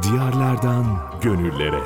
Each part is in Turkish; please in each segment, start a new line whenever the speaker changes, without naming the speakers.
Diyarlardan gönüllere.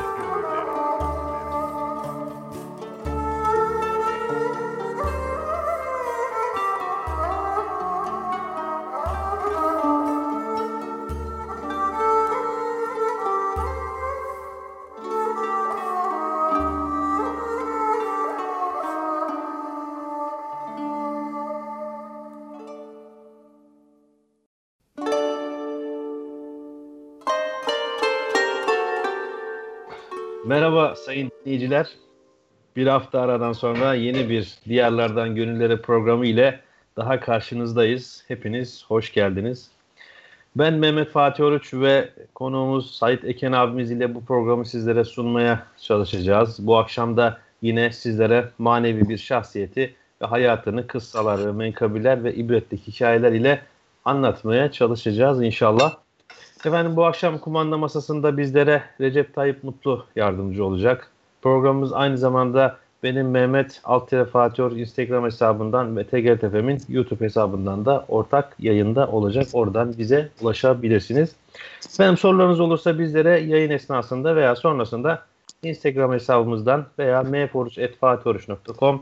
Merhaba sayın dinleyiciler. Bir hafta aradan sonra yeni bir Diyarlardan Gönüllere programı ile daha karşınızdayız. Hepiniz hoş geldiniz. Ben Mehmet Fatih Oruç ve konuğumuz Sait Eken abimiz ile bu programı sizlere sunmaya çalışacağız. Bu akşam da yine sizlere manevi bir şahsiyeti ve hayatını kıssaları, menkıbeler ve ibretlik hikayeler ile anlatmaya çalışacağız inşallah. Efendim bu akşam kumanda masasında bizlere Recep Tayyip Mutlu yardımcı olacak. Programımız aynı zamanda benim Mehmet Fatih Instagram hesabından ve TGRT-FM'in YouTube hesabından da ortak yayında olacak. Oradan bize ulaşabilirsiniz. Efendim sorularınız olursa bizlere yayın esnasında veya sonrasında Instagram hesabımızdan veya mforuç@fatihoruç.com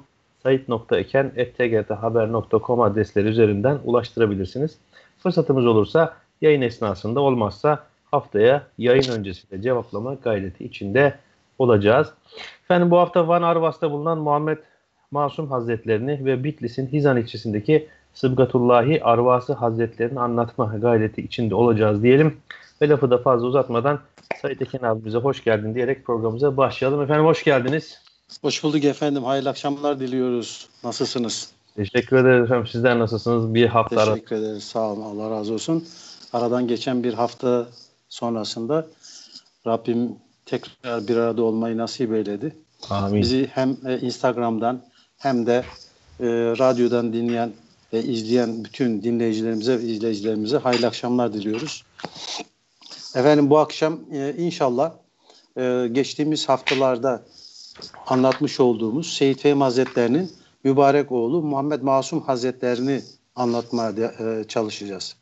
sait.eken@tgrthaber.com adresleri üzerinden ulaştırabilirsiniz. Fırsatımız olursa yayın esnasında, olmazsa haftaya yayın öncesinde cevaplama gayreti içinde olacağız. Efendim bu hafta Van Arvas'ta bulunan Muhammed Masum Hazretlerini ve Bitlis'in Hizan ilçesindeki Sıbgatullahi Arvası Hazretlerini anlatma gayreti içinde olacağız diyelim. Ve lafı da fazla uzatmadan Sait Eken abimize hoş geldin diyerek programımıza başlayalım. Efendim hoş geldiniz.
Hoş bulduk efendim. Hayırlı akşamlar diliyoruz. Nasılsınız?
Teşekkür ederiz efendim. Sizler nasılsınız? Bir hafta
Teşekkür ederiz. Sağ olun. Allah razı olsun. Aradan geçen bir hafta sonrasında Rabbim tekrar bir arada olmayı nasip eyledi.
Amin.
Bizi hem Instagram'dan hem de radyodan dinleyen ve izleyen bütün dinleyicilerimize ve izleyicilerimize hayırlı akşamlar diliyoruz. Efendim bu akşam inşallah geçtiğimiz haftalarda anlatmış olduğumuz Seyyid Fehmi Hazretleri'nin mübarek oğlu Muhammed Masum Hazretlerini anlatmaya çalışacağız.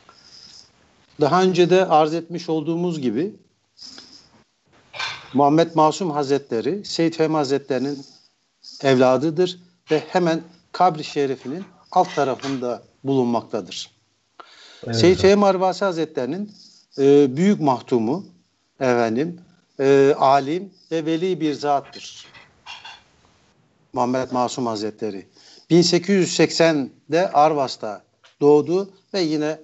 Daha önce de arz etmiş olduğumuz gibi Muhammed Masum Hazretleri Seyyid Fehmi Hazretleri'nin evladıdır ve hemen kabri şerifinin alt tarafında bulunmaktadır. Evet. Seyyid Fehmi Arvasi Hazretleri'nin büyük mahtumu, alim ve veli bir zattır. Muhammed Masum Hazretleri 1880'de Arvas'ta doğdu ve yine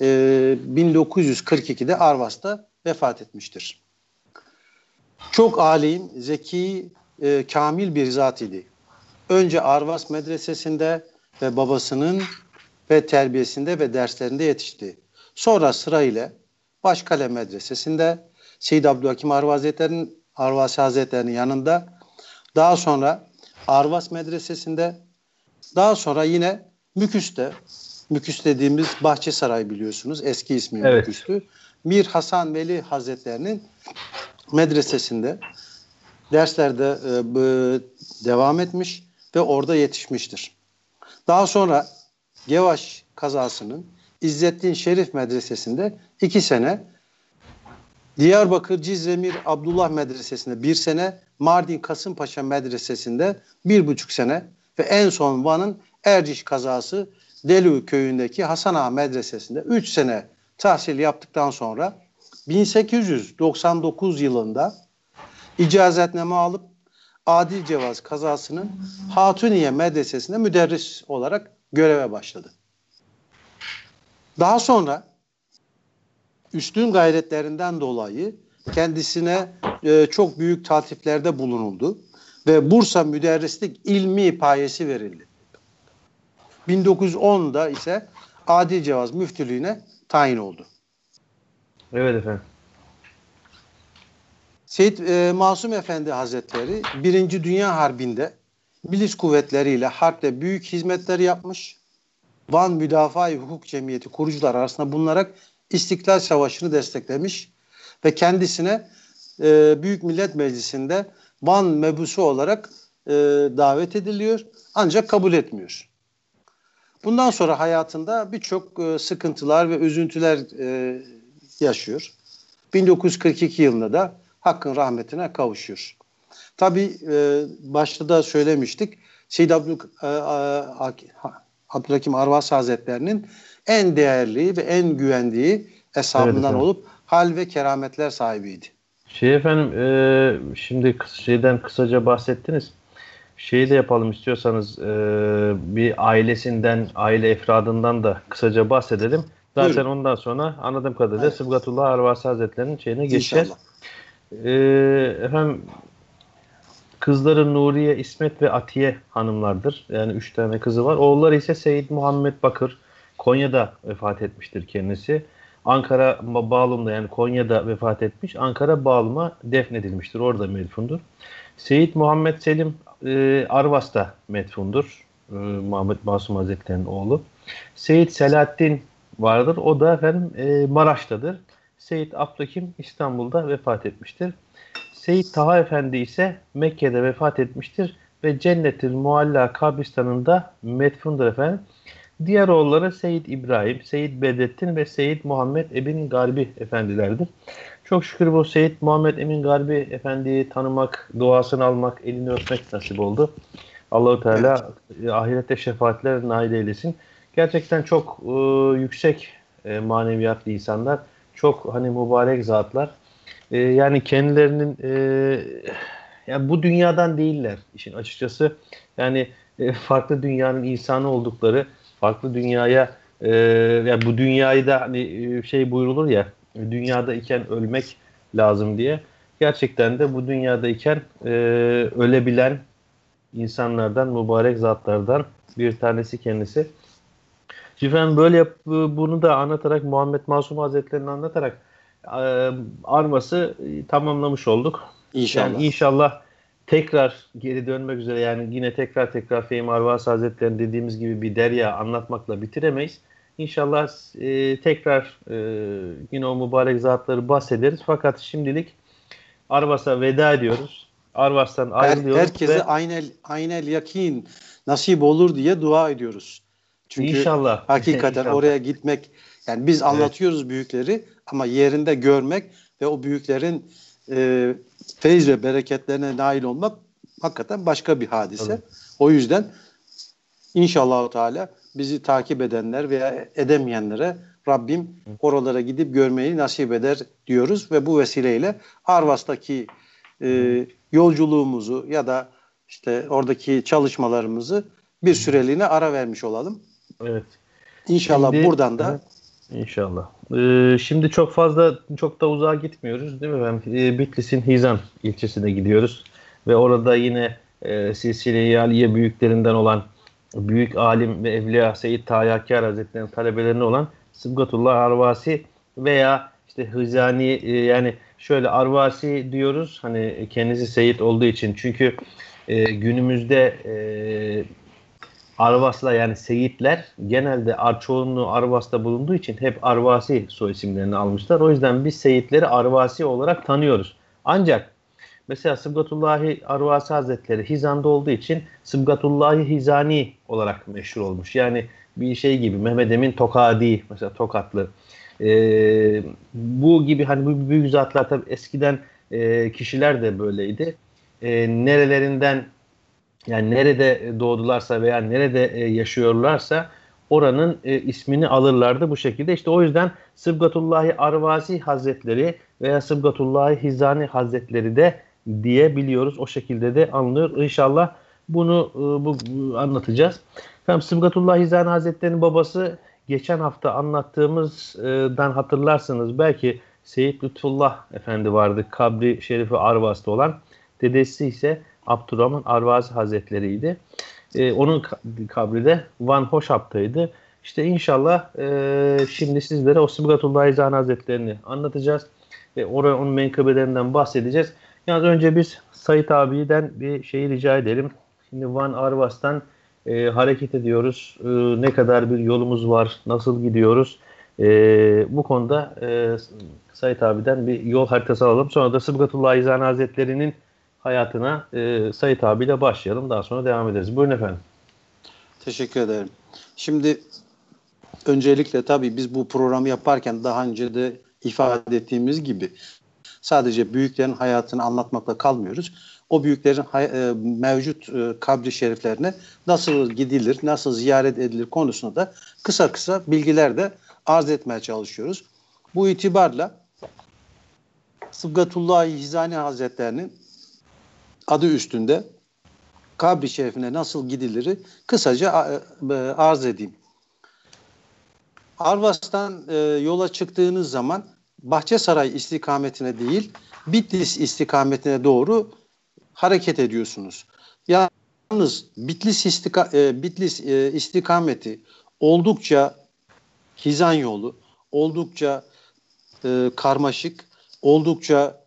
1942'de Arvas'ta vefat etmiştir. Çok alim, zeki, kamil bir zat idi. Önce Arvas medresesinde ve babasının ve terbiyesinde ve derslerinde yetişti. Sonra sırayla Başkale medresesinde Seyyid Abdülhakim Arvasi Hazretleri'nin yanında, daha sonra Arvas medresesinde, daha sonra yine Müküs'te, Müküs dediğimiz Bahçesaray biliyorsunuz, eski ismi evet. Müküs'tü. Mir Hasan Veli Hazretleri'nin medresesinde derslerde devam etmiş ve orada yetişmiştir. Daha sonra Gevaş kazasının İzzettin Şerif medresesinde 2 sene, Diyarbakır Cizre Mir Abdullah medresesinde 1 sene, Mardin Kasımpaşa medresesinde 1,5 sene ve en son Van'ın Erciş kazası Delu köyündeki Hasan Ağa medresesinde 3 sene tahsil yaptıktan sonra 1899 yılında icazetname alıp Adil Cevaz kazasının Hatuniye medresesinde müderris olarak göreve başladı. Daha sonra üstün gayretlerinden dolayı kendisine çok büyük taltiflerde bulunuldu ve Bursa Müderrislik ilmi payesi verildi. 1910'da ise Adil Cevaz müftülüğüne tayin oldu.
Evet efendim.
Seyyid Masum Efendi Hazretleri 1. Dünya Harbi'nde milis kuvvetleriyle harpte büyük hizmetler yapmış. Van Müdafaa-i Hukuk Cemiyeti kurucular arasında bulunarak İstiklal Savaşı'nı desteklemiş ve kendisine Büyük Millet Meclisi'nde Van mebusu olarak davet ediliyor ancak kabul etmiyor. Bundan sonra hayatında birçok sıkıntılar ve üzüntüler yaşıyor. 1942 yılında da Hakk'ın rahmetine kavuşuyor. Tabii başta da söylemiştik. Seyyid Abdülhakim Arvasi Hazretleri'nin en değerli ve en güvendiği eshabından
Evet.
olup hal ve kerametler sahibiydi.
Efendim, şimdi şeyden kısaca bahsettiniz. Şeyi de yapalım istiyorsanız, bir ailesinden, aile efradından da kısaca bahsedelim. Zaten
Buyurun.
ondan sonra anladığım kadarıyla
Evet.
Sıbgatullah Arvasi Hazretleri'nin şeyine geçeceğiz.
İnşallah.
Efendim, kızları Nuriye, İsmet ve Atiye hanımlardır. Yani 3 tane kızı var. Oğulları ise Seyyid Muhammed Bakır. Konya'da vefat etmiştir kendisi. Ankara Bağlum'da, yani Konya'da vefat etmiş. Ankara Bağlum'a defnedilmiştir. Orada medfundur. Seyyid Muhammed Selim Arvas'ta medfundur. Muhammed Masum Hazretleri'nin oğlu. Seyyid Selahaddin vardır. O da efendim Maraş'tadır. Seyyid Abdülhakim İstanbul'da vefat etmiştir. Seyyid Taha Efendi ise Mekke'de vefat etmiştir ve Cennetül Mualla kabristanında medfundur efendim. Diğer oğulları Seyyid İbrahim, Seyyid Bedrettin ve Seyyid Muhammed Emin Garbi efendilerdir. Çok şükür bu Seyyid Muhammed Emin Garbi efendiyi tanımak, duasını almak, elini öpmek nasip oldu. Allahu Teala ahirette şefaatler nail eylesin. Gerçekten çok yüksek maneviyatlı insanlar, çok hani mübarek zatlar. Yani kendilerinin yani bu dünyadan değiller işin açıkçası. Yani farklı dünyanın insanı oldukları, farklı dünyaya yani bu dünyayı da hani şey buyrulur ya, dünyada iken ölmek lazım diye. Gerçekten de bu dünyadayken ölebilen insanlardan, mübarek zatlardan bir tanesi kendisi. Efendim böyle bunu da anlatarak, Muhammed Masum Hazretleri'ni anlatarak Arvas'ı tamamlamış olduk. Yani
İnşallah.
inşallah tekrar geri dönmek üzere, yani yine tekrar Fehmi Arvasi Hazretleri'nin dediğimiz gibi bir derya anlatmakla bitiremeyiz. İnşallah tekrar yine o mübarek zatları bahsederiz. Fakat şimdilik Arvas'a veda ediyoruz. Arvas'tan ayrılıyoruz
Herkese
ve
aynel yakin nasip olur diye dua ediyoruz. Çünkü
inşallah
hakikaten
inşallah.
oraya gitmek, yani biz
Evet.
anlatıyoruz büyükleri ama yerinde görmek ve o büyüklerin feyiz ve bereketlerine nail olmak hakikaten başka bir hadise.
Tabii.
O yüzden İnşallah Teala bizi takip edenler veya edemeyenlere Rabbim oralara gidip görmeyi nasip eder diyoruz ve bu vesileyle Arvas'taki yolculuğumuzu ya da işte oradaki çalışmalarımızı bir süreliğine ara vermiş olalım.
Evet.
İnşallah
Şimdi
buradan da
İnşallah. Şimdi çok da uzağa gitmiyoruz değil mi efendim? Bitlis'in Hizan ilçesine gidiyoruz ve orada yine Silsile-i Aliye büyüklerinden olan büyük alim ve evliya Seyyid Tayyakâr Hazretleri'nin talebelerine olan Sıbgatullah Arvasi veya işte Hizani, yani şöyle Arvasi diyoruz hani kendisi Seyyid olduğu için, çünkü günümüzde Arvas'la, yani Seyitler genelde çoğunluğu Arvas'ta bulunduğu için hep Arvasi soy isimlerini almışlar. O yüzden biz Seyitleri Arvasi olarak tanıyoruz. Ancak mesela Sıbgatullahi Arvasi Hazretleri Hizan'da olduğu için Sıbgatullahi Hizani olarak meşhur olmuş. Yani bir şey gibi Mehmet Emin Tokadi mesela, Tokatlı. Bu gibi hani bu büyük zatlar tabii eskiden kişiler de böyleydi. Nerelerinden, yani nerede doğdularsa veya nerede yaşıyorlarsa oranın ismini alırlardı bu şekilde. İşte o yüzden Sıbgatullahi Arvasi Hazretleri veya Sıbgatullahi Hizani Hazretleri de diyebiliyoruz. O şekilde de anlıyor. İnşallah bunu anlatacağız. Tamam, Sıbgatullahi Hizani Hazretleri'nin babası geçen hafta anlattığımızdan hatırlarsınız belki, Seyyid Lütfullah Efendi vardı. Kabri Şerifi Arvas'ta olan. Dedesi ise Abdurrahman Arvasi Hazretleri'ydi. Onun kabri de Van Hoşap'taydı. İşte inşallah şimdi sizlere o Sıbgatullah Hizani Hazretlerini anlatacağız ve onun menkıbelerinden bahsedeceğiz. Yalnız önce biz Sait abiden bir şeyi rica edelim. Şimdi Van Arvas'tan hareket ediyoruz. Ne kadar bir yolumuz var, nasıl gidiyoruz? Bu konuda Sait abiden bir yol haritası alalım. Sonra da Sıbgatullah Hizani Hazretleri'nin hayatına Sait abiyle başlayalım. Daha sonra devam ederiz. Buyurun efendim.
teşekkür ederim. Şimdi öncelikle tabii biz bu programı yaparken daha önce de ifade ettiğimiz gibi sadece büyüklerin hayatını anlatmakla kalmıyoruz. O büyüklerin mevcut kabri şeriflerine nasıl gidilir, nasıl ziyaret edilir konusunda da kısa kısa bilgiler de arz etmeye çalışıyoruz. Bu itibarla Sıbgatullah Hizani Hazretleri'nin adı üstünde kabri şerifine nasıl gidilir kısaca arz edeyim. Arvas'tan yola çıktığınız zaman Bahçesaray istikametine değil, Bitlis istikametine doğru hareket ediyorsunuz. Yalnız Bitlis istikameti oldukça hizan yolu, oldukça karmaşık, oldukça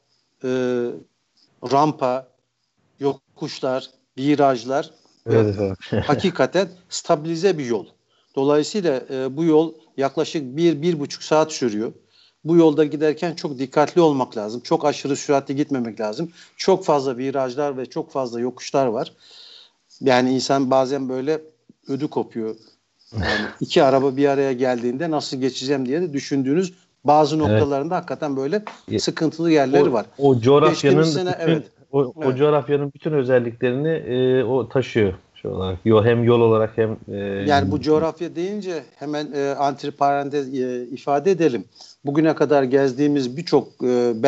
rampa, yokuşlar, virajlar ve hakikaten stabilize bir yol. Dolayısıyla bu yol yaklaşık 1-1,5 saat sürüyor. Bu yolda giderken çok dikkatli olmak lazım. Çok aşırı süratli gitmemek lazım. Çok fazla virajlar ve çok fazla yokuşlar var. Yani insan bazen böyle ödü kopuyor. Yani iki araba bir araya geldiğinde nasıl geçeceğim diye de düşündüğünüz bazı noktalarında hakikaten böyle sıkıntılı yerleri var.
O coğrafyanın
sene,
o coğrafyanın bütün özelliklerini o taşıyor şu olarak. Hem yol olarak hem
yani bu coğrafya deyince hemen antiparantez ifade edelim. Bugüne kadar gezdiğimiz birçok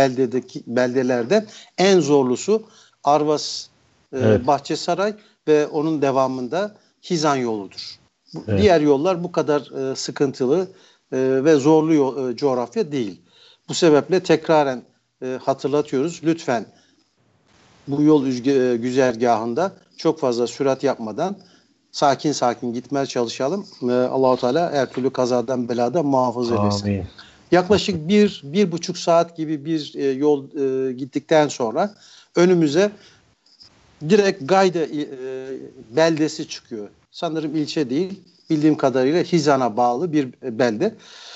beldelerde en zorlusu Arvas, Bahçesaray ve onun devamında Hizan yoludur. Diğer yollar bu kadar sıkıntılı ve zorlu coğrafya değil. Bu sebeple tekraren hatırlatıyoruz. Lütfen bu yol güzergahında çok fazla sürat yapmadan sakin sakin gitmeye çalışalım. Allah-u Teala her türlü kazadan beladan muhafaza eylesin.
Amin.
Yaklaşık 1-1,5 saat gibi bir yol gittikten sonra önümüze direkt Gayda beldesi çıkıyor. Sanırım ilçe değil, bildiğim kadarıyla Hizan'a bağlı bir belde.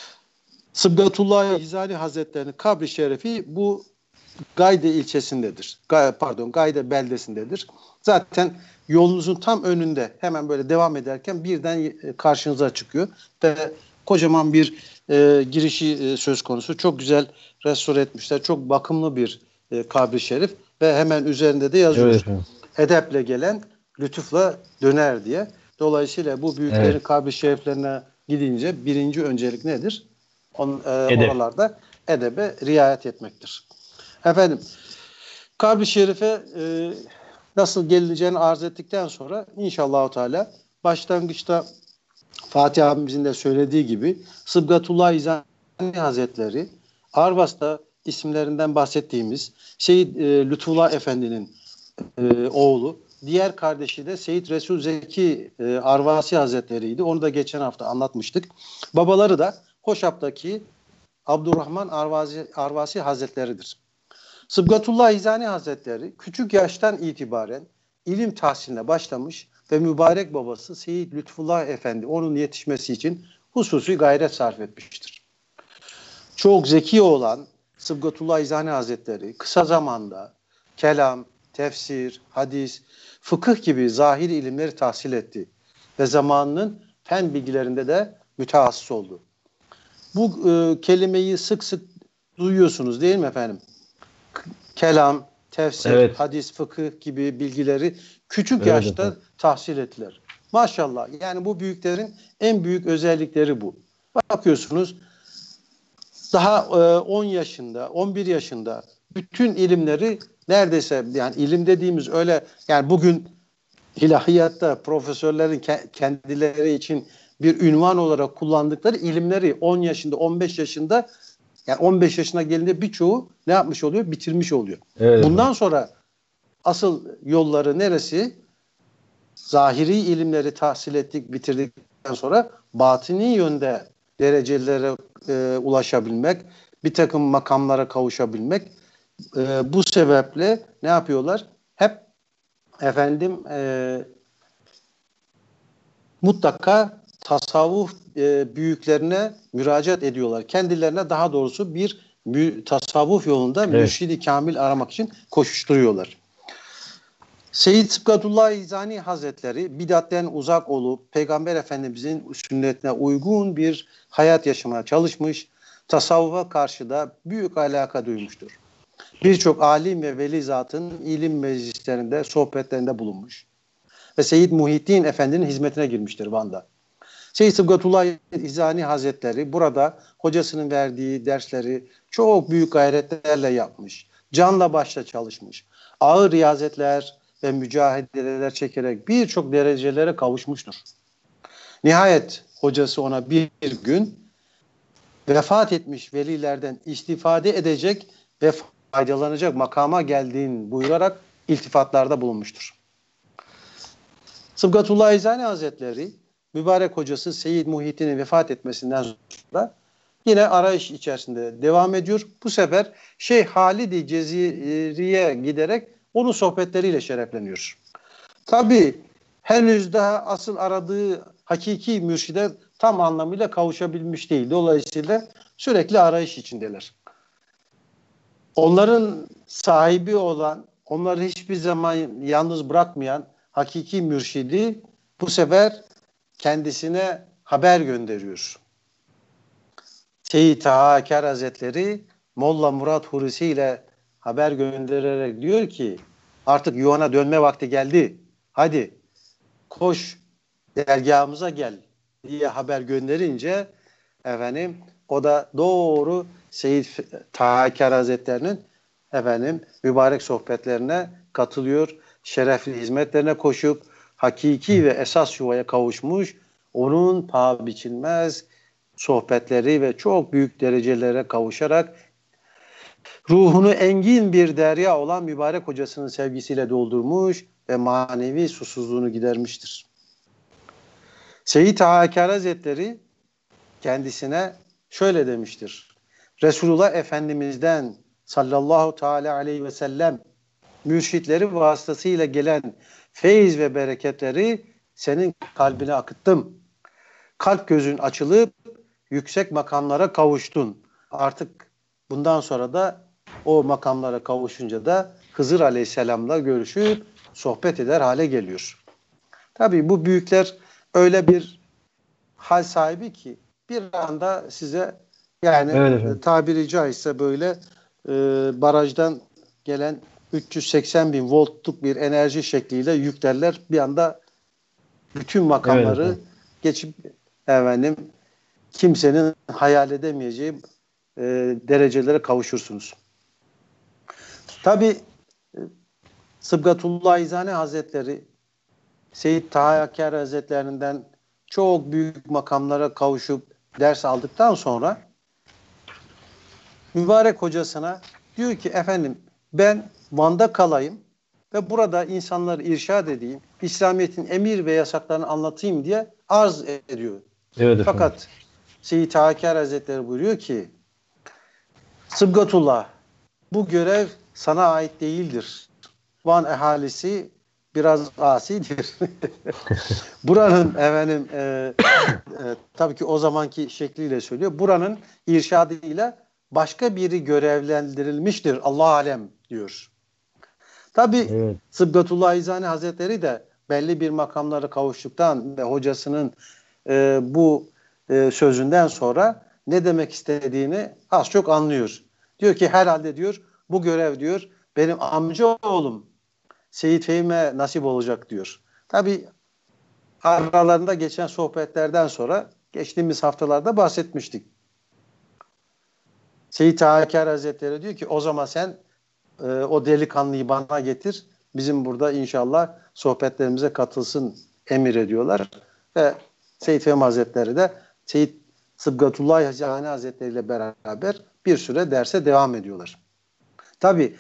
Sıbgatullah Hizani Hazretleri'nin kabri şerefi bu Gayda ilçesindedir. Gayda beldesindedir. Zaten yolunuzun tam önünde hemen böyle devam ederken birden karşınıza çıkıyor ve kocaman bir girişi söz konusu. Çok güzel restore etmişler. Çok bakımlı bir kabri şerif ve hemen üzerinde de yazıyor. Evet. Edeple gelen lütufla döner diye. Dolayısıyla bu büyüklerin kabri şeriflerine gidince birinci öncelik nedir? Oralarda edebe riayet etmektir. Efendim, kabri şerife nasıl gelineceğini arz ettikten sonra inşallah Teala başlangıçta Fatih abimizin de söylediği gibi Sıbgatullah Hizani Hazretleri Arvas'ta isimlerinden bahsettiğimiz Seyyid Lütfullah Efendi'nin oğlu, diğer kardeşi de Seyyid Resul Zeki Arvasi Hazretleri'ydi. Onu da geçen hafta anlatmıştık. Babaları da Hoşap'taki Abdurrahman Arvasi Hazretleri'dir. Sıbgatullah Hizani Hazretleri küçük yaştan itibaren ilim tahsiline başlamış ve mübarek babası Seyyid Lütfullah Efendi onun yetişmesi için hususi gayret sarf etmiştir. Çok zeki olan Sıbgatullah Hizani Hazretleri kısa zamanda kelam, tefsir, hadis, fıkıh gibi zahir ilimleri tahsil etti ve zamanının fen bilgilerinde de mütehassıs oldu. Bu kelimeyi sık sık duyuyorsunuz değil mi efendim? Kelam, tefsir, hadis, fıkıh gibi bilgileri küçük yaşta tahsil ettiler. Maşallah. Yani bu büyüklerin en büyük özellikleri bu. Bakıyorsunuz daha 10 yaşında, 11 yaşında bütün ilimleri neredeyse, yani ilim dediğimiz öyle, yani bugün ilahiyatta profesörlerin kendileri için bir ünvan olarak kullandıkları ilimleri 10 yaşında, 15 yaşında, yani 15 yaşına gelince birçoğu ne yapmış oluyor? Bitirmiş oluyor. Evet. Bundan sonra asıl yolları neresi? Zahiri ilimleri tahsil ettik, bitirdikten sonra batini yönde derecelere ulaşabilmek, bir takım makamlara kavuşabilmek. Bu sebeple ne yapıyorlar? Hep mutlaka tasavvuf büyüklerine müracaat ediyorlar. Kendilerine daha doğrusu bir tasavvuf yolunda mürşidi kamil aramak için koşuşturuyorlar. Seyyid Sıbgatullah Hizani Hazretleri bidatten uzak olup Peygamber Efendimizin sünnetine uygun bir hayat yaşamaya çalışmış. tasavvufa karşı da büyük alaka duymuştur. Birçok alim ve veli zatın ilim meclislerinde, sohbetlerinde bulunmuş. Ve Seyyid Muhyiddin Efendi'nin hizmetine girmiştir Van'da. Seyyid Sıbgatullah İzani Hazretleri burada hocasının verdiği dersleri çok büyük gayretlerle yapmış. Canla başla çalışmış. Ağır riyazetler ve mücadeleler çekerek birçok derecelere kavuşmuştur. Nihayet hocası ona bir gün vefat etmiş velilerden istifade edecek ve faydalanacak makama geldiğini buyurarak iltifatlarda bulunmuştur. Sıbgatullah İzani Hazretleri mübarek hocası Seyyid Muhyiddin'in vefat etmesinden sonra yine arayış içerisinde devam ediyor. Bu sefer Şeyh Halid-i Ceziri'ye giderek onun sohbetleriyle şerefleniyor. Tabii henüz daha asıl aradığı hakiki mürşide tam anlamıyla kavuşabilmiş değil. Dolayısıyla sürekli arayış içindeler. Onların sahibi olan, onları hiçbir zaman yalnız bırakmayan hakiki mürşidi bu sefer kendisine haber gönderiyor. Seyyid Taha Kâr Hazretleri Molla Murat Hurisi ile haber göndererek diyor ki artık yuvana dönme vakti geldi. Hadi koş dergahımıza gel diye haber gönderince efendim o da doğru Seyyid Taha Kâr Hazretleri'nin mübarek sohbetlerine katılıyor. Şerefli hizmetlerine koşup hakiki ve esas yuvaya kavuşmuş. Onun paha biçilmez sohbetleri ve çok büyük derecelere kavuşarak ruhunu engin bir derya olan mübarek hocasının sevgisiyle doldurmuş ve manevi susuzluğunu gidermiştir. Seyyid Taha Kâr Hazretleri kendisine şöyle demiştir. Resulullah Efendimiz'den sallallahu teala aleyhi ve sellem mürşitleri vasıtasıyla gelen feyiz ve bereketleri senin kalbine akıttım. Kalp gözün açılıp yüksek makamlara kavuştun. Artık bundan sonra da o makamlara kavuşunca da Hızır Aleyhisselam'la görüşüp sohbet eder hale geliyor. Tabii bu büyükler öyle bir hal sahibi ki bir anda size yani tabiri caizse böyle barajdan gelen 380 bin voltluk bir enerji şekliyle yüklerler. Bir anda bütün makamları geçip kimsenin hayal edemeyeceği derecelere kavuşursunuz. Tabi Sıbgatullah İzani Hazretleri Seyyid Taha Kâr Hazretlerinden çok büyük makamlara kavuşup ders aldıktan sonra mübarek hocasına diyor ki efendim ben Van'da kalayım ve burada insanları irşad edeyim. İslamiyet'in emir ve yasaklarını anlatayım diye arz ediyor. Evet, fakat Seyyid Taha Kâr Hazretleri buyuruyor ki Sıbgatullah bu görev sana ait değildir. Van ehalisi biraz asidir. Buranın tabii ki o zamanki şekliyle söylüyor. Buranın irşadıyla başka biri görevlendirilmiştir. Allah alem diyor. Tabii Sıbgatullah İzani Hazretleri de belli bir makamlara kavuştuktan ve hocasının bu sözünden sonra ne demek istediğini az çok anlıyor. Diyor ki herhalde diyor bu görev diyor benim amca oğlum Seyyid Fehim'e nasip olacak diyor. Tabii aralarında geçen sohbetlerden sonra geçtiğimiz haftalarda bahsetmiştik. Seyyid Taha Kâr Hazretleri diyor ki o zaman sen o delikanlıyı bana getir. Bizim burada inşallah sohbetlerimize katılsın emir ediyorlar. Ve Seyyid Fehim Hazretleri de Seyyid Sıbgatullah İzani Hazretleri ile beraber bir süre derse devam ediyorlar. Tabii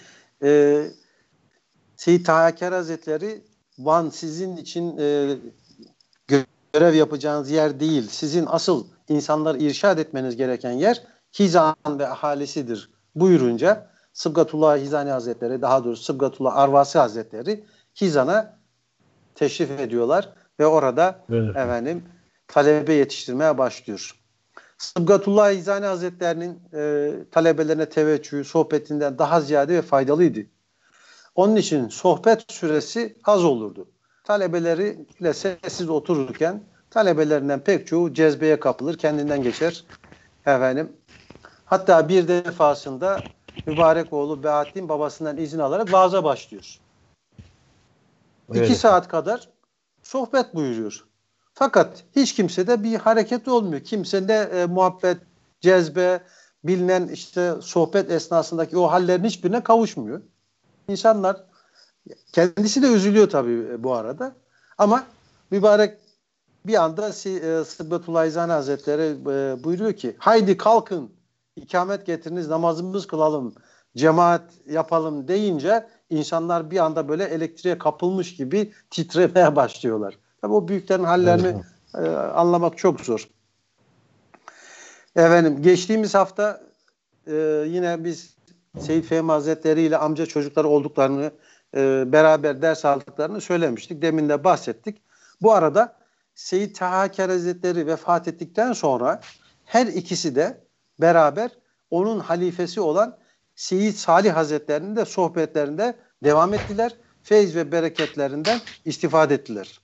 Seyyid Taha Kâr Hazretleri Van sizin için görev yapacağınız yer değil. Sizin asıl insanları irşad etmeniz gereken yer Hizan ve ahalisidir buyurunca Sıbgatullah İzani Hazretleri, daha doğrusu Sıbgatullah Arvasi Hazretleri Hizan'a teşrif ediyorlar ve orada talebe yetiştirmeye başlıyor. Sıbgatullah İzani Hazretlerinin talebelerine teveccühü sohbetinden daha ziyade ve faydalıydı. Onun için sohbet süresi az olurdu. Talebeleriyle sessiz otururken talebelerinden pek çoğu cezbeye kapılır, kendinden geçer. Hatta bir defasında mübarek oğlu Bahattin babasından izin alarak vaaza başlıyor.
Evet.
2 saat kadar sohbet buyuruyor. Fakat hiç kimsede bir hareket olmuyor. Kimsede muhabbet, cezbe, bilinen işte sohbet esnasındaki o hallerin hiçbirine kavuşmuyor. İnsanlar kendisi de üzülüyor tabii bu arada. Ama mübarek bir anda Sıdvetullah İzani Hazretleri buyuruyor ki haydi kalkın ikamet getiriniz namazımız kılalım cemaat yapalım deyince insanlar bir anda böyle elektriğe kapılmış gibi titremeye başlıyorlar. Tabii o büyüklerin hallerini anlamak çok zor. Efendim geçtiğimiz hafta yine biz Seyyid Fehmi Hazretleri ile amca çocukları olduklarını beraber ders aldıklarını söylemiştik. Demin de bahsettik. Bu arada Seyyid Taha Hakkari Hazretleri vefat ettikten sonra her ikisi de beraber onun halifesi olan Seyyid Salih Hazretleri'nin de sohbetlerinde devam ettiler. Feyz ve bereketlerinden istifade ettiler.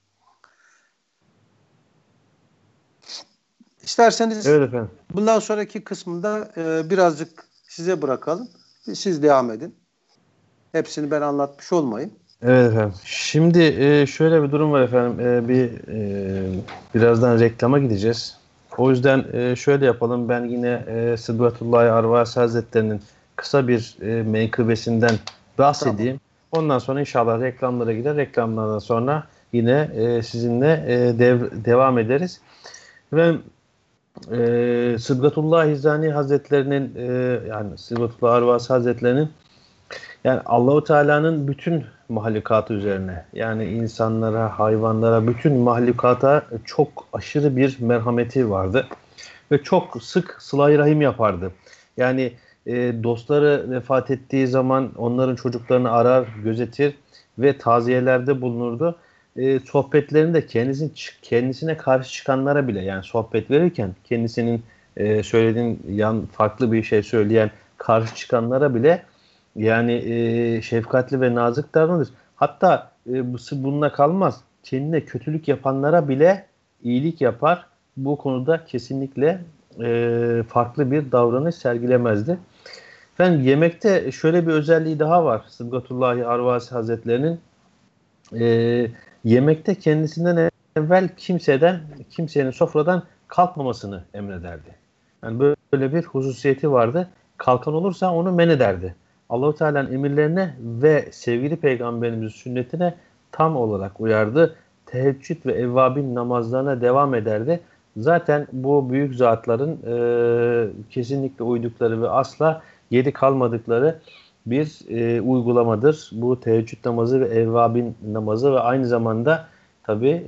İsterseniz
Evet efendim.
bundan sonraki kısmında birazcık size bırakalım. Siz devam edin. Hepsini ben anlatmış olmayayım.
Evet efendim. Şimdi şöyle bir durum var efendim. Birazdan reklama gideceğiz. O yüzden şöyle yapalım. Ben yine Sıdvetullah Arvasi Hazretleri'nin kısa bir menkıbesinden bahsedeyim. Tamam. Ondan sonra inşallah reklamlara gider. Reklamlardan sonra yine sizinle devam ederiz. Ve Sıdvetullah İzani Hazretleri'nin yani Sıdvetullah Arvasi Hazretleri'nin yani Allahu Teala'nın bütün mahlukatı üzerine yani insanlara, hayvanlara, bütün mahlukata çok aşırı bir merhameti vardı ve çok sık sıla-i rahim yapardı. Yani dostları vefat ettiği zaman onların çocuklarını arar, gözetir ve taziyelerde bulunurdu. Sohbetlerinde kendisine karşı çıkanlara bile yani sohbet verirken kendisinin söylediğin farklı bir şey söyleyen karşı çıkanlara bile yani şefkatli ve nazik davranır. Hatta bununla kalmaz. Kendine kötülük yapanlara bile iyilik yapar. Bu konuda kesinlikle farklı bir davranış sergilemezdi. Efendim yemekte şöyle bir özelliği daha var. Sıdgatullahi Arvasi Hazretleri'nin yemekte kendisinden evvel kimsenin sofradan kalkmamasını emrederdi. Yani böyle bir hususiyeti vardı. Kalkan olursa onu men ederdi. Allah-u Teala'nın emirlerine ve sevgili peygamberimizin sünnetine tam olarak uyardı. Teheccüd ve evvabin namazlarına devam ederdi. Zaten bu büyük zatların kesinlikle uydukları ve asla geri kalmadıkları bir uygulamadır. Bu teheccüd namazı ve evvabin namazı ve aynı zamanda tabi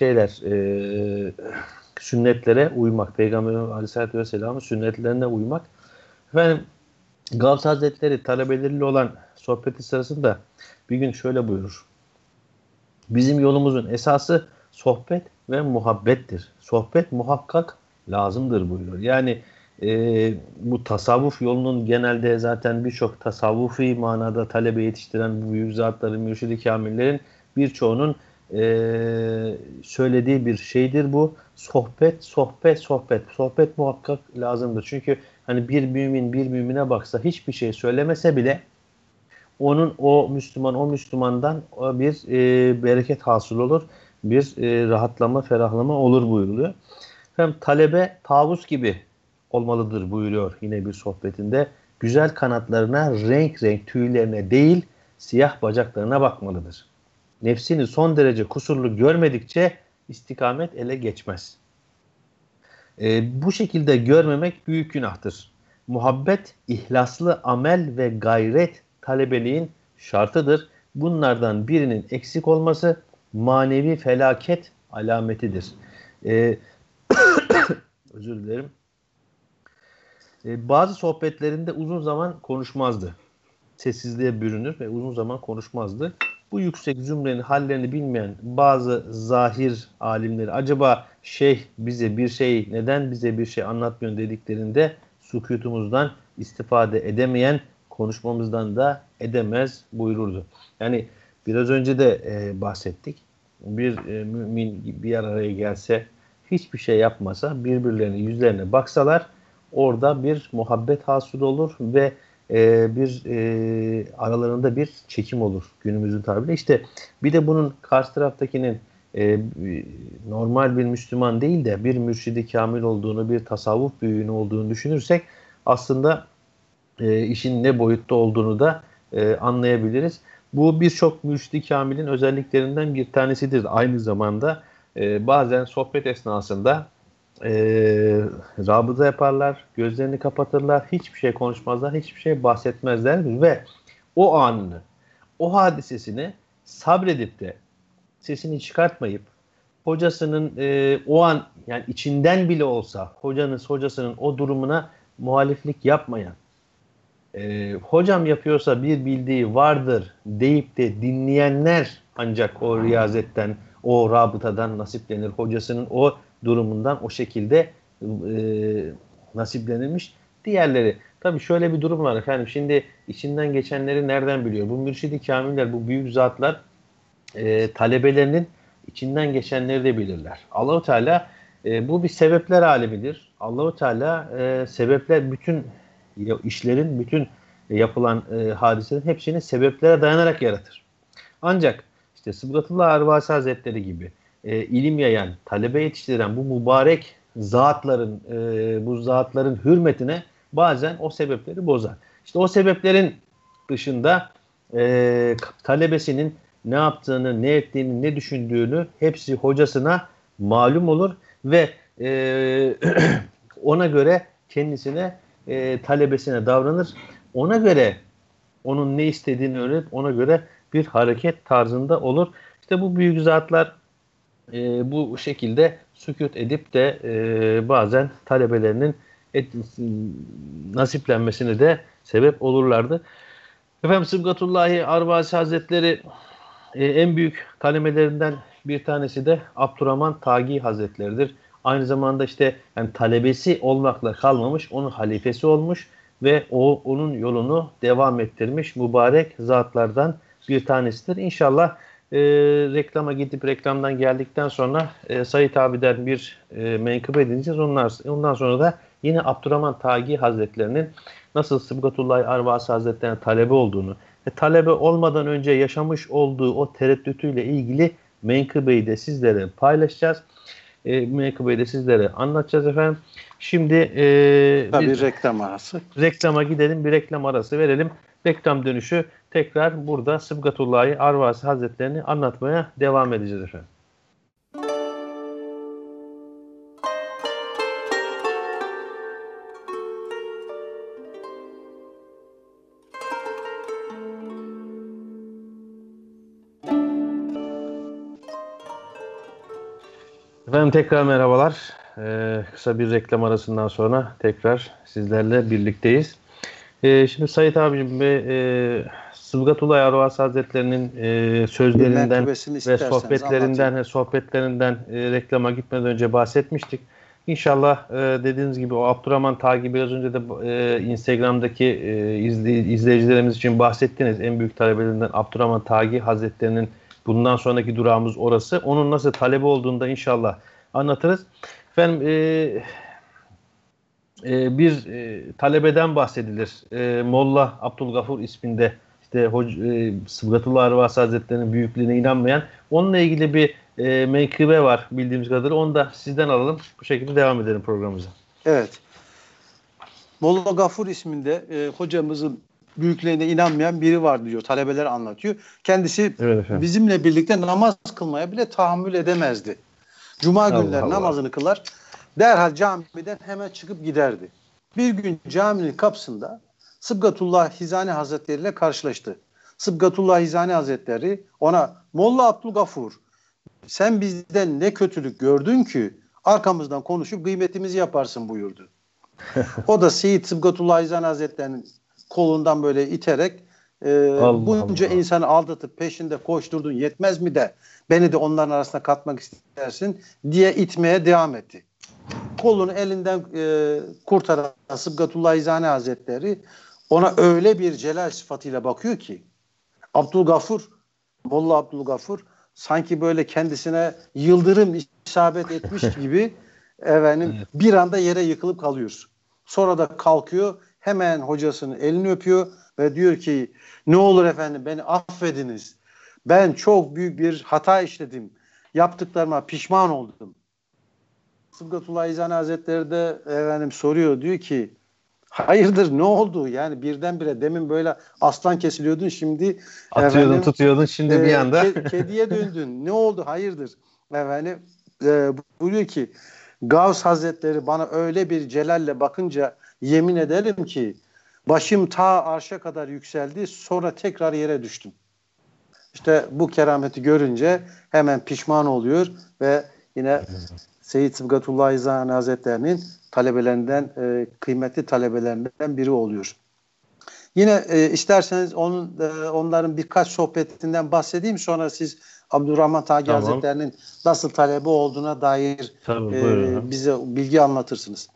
sünnetlere uymak. Peygamber Aleyhisselatü Vesselam'ın sünnetlerine uymak. Efendim Gavs Hazretleri talebeleriyle olan sohbeti sırasında bir gün şöyle buyurur. Bizim yolumuzun esası sohbet ve muhabbettir. Sohbet muhakkak lazımdır buyuruyor. Yani bu tasavvuf yolunun genelde zaten birçok tasavvufi manada talebe yetiştiren bu büyük zatların, mürşid-i kamillerin birçoğunun söylediği bir şeydir bu. Sohbet, sohbet, sohbet. Sohbet muhakkak lazımdır. Çünkü hani bir mümin bir mümine baksa hiçbir şey söylemese bile o Müslümandan bir bereket hasıl olur. Bir rahatlama, ferahlama olur buyuruluyor. Hem talebe tavus gibi olmalıdır buyuruyor yine bir sohbetinde. Güzel kanatlarına, renk renk tüylerine değil, siyah bacaklarına bakmalıdır. Nefsini son derece kusurlu görmedikçe istikamet ele geçmez. Bu şekilde görmemek büyük günahtır. Muhabbet, ihlaslı amel ve gayret talebeliğin şartıdır. Bunlardan birinin eksik olması manevi felaket alametidir. Özür dilerim. Bazı sohbetlerinde uzun zaman konuşmazdı. Sessizliğe bürünür ve uzun zaman konuşmazdı. Bu yüksek zümrenin hallerini bilmeyen bazı zahir alimleri acaba neden bize bir şey anlatmıyor dediklerinde sükutumuzdan istifade edemeyen konuşmamızdan da edemez buyururdu. Yani biraz önce de bahsettik. Bir mümin bir araya gelse hiçbir şey yapmasa birbirlerinin yüzlerine baksalar orada bir muhabbet hasıl olur ve aralarında bir çekim olur günümüzün tabiriyle. İşte bir de bunun karşı taraftakinin normal bir Müslüman değil de bir mürşidi kamil olduğunu, bir tasavvuf büyüğünü olduğunu düşünürsek aslında işin ne boyutta olduğunu da anlayabiliriz. Bu birçok mürşidi kamilin özelliklerinden bir tanesidir. Aynı zamanda bazen sohbet esnasında rabıta yaparlar, gözlerini kapatırlar, hiçbir şey konuşmazlar, hiçbir şey bahsetmezler ve o anını, o hadisesini sabredip de sesini çıkartmayıp hocasının o an yani içinden bile olsa hocasının o durumuna muhaliflik yapmayan, hocam yapıyorsa bir bildiği vardır deyip de dinleyenler ancak o riyazetten, o rabıtadan nasiplenir. Hocasının o durumundan o şekilde nasiplenilmiş. Diğerleri, tabii şöyle bir durum var efendim. Şimdi içinden geçenleri nereden biliyor? Bu mürşidi kamiller, bu büyük zatlar talebelerinin içinden geçenleri de bilirler. Allahu Teala bu bir sebepler alemidir. Allahu Teala sebepler, bütün işlerin, bütün yapılan hadiselerin hepsini sebeplere dayanarak yaratır. Ancak işte Sıbgatullah Arvasi Hazretleri gibi ilim yayan, talebe yetiştiren bu mübarek zatların, bu zatların hürmetine bazen o sebepleri bozar. İşte o sebeplerin dışında talebesinin ne yaptığını, ne ettiğini, ne düşündüğünü hepsi hocasına malum olur ve ona göre kendisine, talebesine davranır. Ona göre onun ne istediğini öğrenip ona göre bir hareket tarzında olur. İşte bu büyük zatlar bu şekilde sükût edip de bazen talebelerinin nasiplenmesine de sebep olurlardı. Efendim Sıbgatullahi Arvasi Hazretleri en büyük kalemelerinden bir tanesi de Abdurrahman Tagi Hazretleri'dir. Aynı zamanda işte yani talebesi olmakla kalmamış, onun halifesi olmuş ve onun yolunu devam ettirmiş mübarek zatlardan bir tanesidir. İnşallah reklama gidip reklamdan geldikten sonra Said abiden bir menkıbe edineceğiz. Ondan sonra da yine Abdurrahman Tagi Hazretlerinin nasıl Sıbgatullahi Arvasi Hazretlerine talebe olduğunu ve talebe olmadan önce yaşamış olduğu o tereddütüyle ilgili menkıbeyi de sizlere paylaşacağız. Menkıbeyi de sizlere anlatacağız efendim. Şimdi
bir reklam arası.
Reklama gidelim, bir reklam arası verelim. Reklam dönüşü tekrar burada Sıbgatullahi Arvasi Hazretlerini anlatmaya devam edeceğiz efendim. Efendim tekrar merhabalar. Kısa bir reklam arasından sonra tekrar sizlerle birlikteyiz. Şimdi Said abicim ve Sıbgatullahi Arvasi Hazretlerinin sözlerinden ve sohbetlerinden reklama gitmeden önce bahsetmiştik. İnşallah dediğiniz gibi o Abdurrahman Tagi, biraz önce de Instagram'daki izleyicilerimiz için bahsettiniz. En büyük talebelerinden Abdurrahman Tagi Hazretlerinin bundan sonraki durağımız orası. Onun nasıl talebe olduğunu da inşallah anlatırız. Efendim bir talebeden bahsedilir. Molla Abdülgafur isminde, işte Sıbgatullah Arvasi Hazretleri'nin büyüklüğüne inanmayan. Onunla ilgili bir menkıbe var bildiğimiz kadarıyla. Onu da sizden alalım. Bu şekilde devam edelim programımıza.
Evet. Molla Gafur isminde hocamızın büyüklüğüne inanmayan biri var diyor. Talebeler anlatıyor. Kendisi bizimle birlikte namaz kılmaya bile tahammül edemezdi. Cuma günleri namazını kılar. Derhal camiden hemen çıkıp giderdi. Bir gün caminin kapısında Sıbgatullah Hizani Hazretleri ile karşılaştı. Sıbgatullah Hizani Hazretleri ona Molla Abdülgafur, sen bizden ne kötülük gördün ki arkamızdan konuşup gıymetimizi yaparsın buyurdu. O da Seyyid Sıbgatullah Hizani Hazretleri'nin kolundan böyle iterek bunca insanı aldatıp peşinde koşturdun, yetmez mi de beni de onların arasına katmak istersin diye itmeye devam etti. Kolunu elinden kurtaran Sıbgatullah Hizani Hazretleri ona öyle bir celal sıfatıyla bakıyor ki Abdülgafur, Molla Abdülgafur sanki böyle kendisine yıldırım isabet etmiş gibi bir anda yere yıkılıp kalıyor. Sonra da kalkıyor, hemen hocasının elini öpüyor ve diyor ki ne olur efendim beni affediniz. Ben çok büyük bir hata işledim. Yaptıklarıma pişman oldum. Sıbgatullah İzani Hazretleri de efendim soruyor, diyor ki hayırdır, ne oldu? Yani birdenbire demin böyle aslan kesiliyordun, şimdi
Atıyordun,
efendim
tutuyordun, şimdi bir anda.
kediye döndün. Ne oldu? Hayırdır? Efendim buyuruyor ki Gavs Hazretleri bana öyle bir celalle bakınca yemin ederim ki başım ta arşa kadar yükseldi, sonra tekrar yere düştüm. İşte bu kerameti görünce hemen pişman oluyor ve yine Seyyid Sıbgatullah İzani Hazretleri'nin talebelerinden, kıymetli talebelerinden biri oluyor. Yine isterseniz onların birkaç sohbetinden bahsedeyim. Sonra siz Abdurrahman Tagi
Tamam.
Hazretleri'nin nasıl talebe olduğuna dair
Tabii,
bize bilgi anlatırsınız.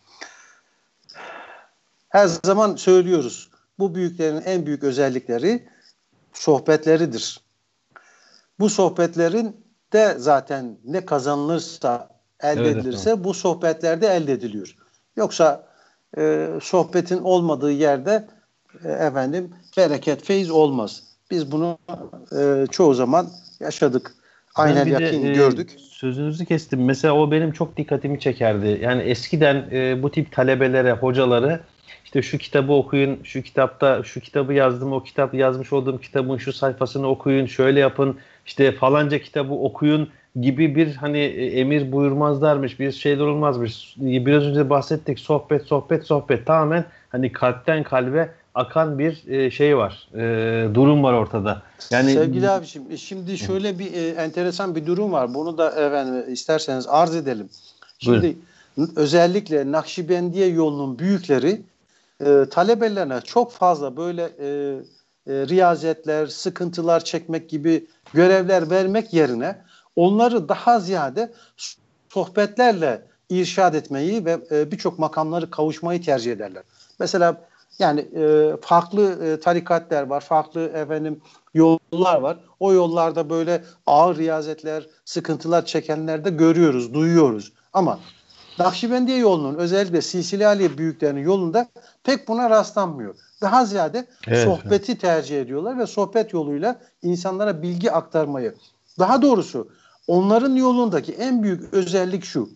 Her zaman söylüyoruz. Bu büyüklerin en büyük özellikleri sohbetleridir. Bu sohbetlerin de zaten ne kazanılırsa, elde edilirse bu sohbetlerde elde ediliyor. Yoksa sohbetin olmadığı yerde efendim bereket, feyiz olmaz. Biz bunu çoğu zaman yaşadık. Aynel yakin gördük.
Sözünüzü kestim. Mesela o benim çok dikkatimi çekerdi. Yani eskiden bu tip talebelere, hocaları işte şu kitabı okuyun, şu kitapta şu kitabı yazdım, o kitap yazmış olduğum kitabın şu sayfasını okuyun, şöyle yapın, işte falanca kitabı okuyun gibi bir hani emir buyurmazlarmış, bir şeyler olmazmış. Biraz önce bahsettik, sohbet, sohbet, sohbet. Tamamen hani kalpten kalbe akan bir şey var, durum var ortada. Yani
sevgili abiciğim, şimdi şöyle bir enteresan bir durum var. Bunu da efendim isterseniz arz edelim. Şimdi özellikle Nakşibendiye yolunun büyükleri talebelerine çok fazla böyle riyazetler, sıkıntılar çekmek gibi görevler vermek yerine onları daha ziyade sohbetlerle irşad etmeyi ve birçok makamları kavuşmayı tercih ederler. Mesela yani farklı tarikatlar var, farklı efendim yollar var. O yollarda böyle ağır riyazetler, sıkıntılar çekenler de görüyoruz, duyuyoruz. Ama Nakşibendiye yolunun, özellikle Silsile Aliye büyüklerinin yolunda pek buna rastlanmıyor. Daha ziyade sohbeti tercih ediyorlar ve sohbet yoluyla insanlara bilgi aktarmayı. Daha doğrusu onların yolundaki en büyük özellik şu.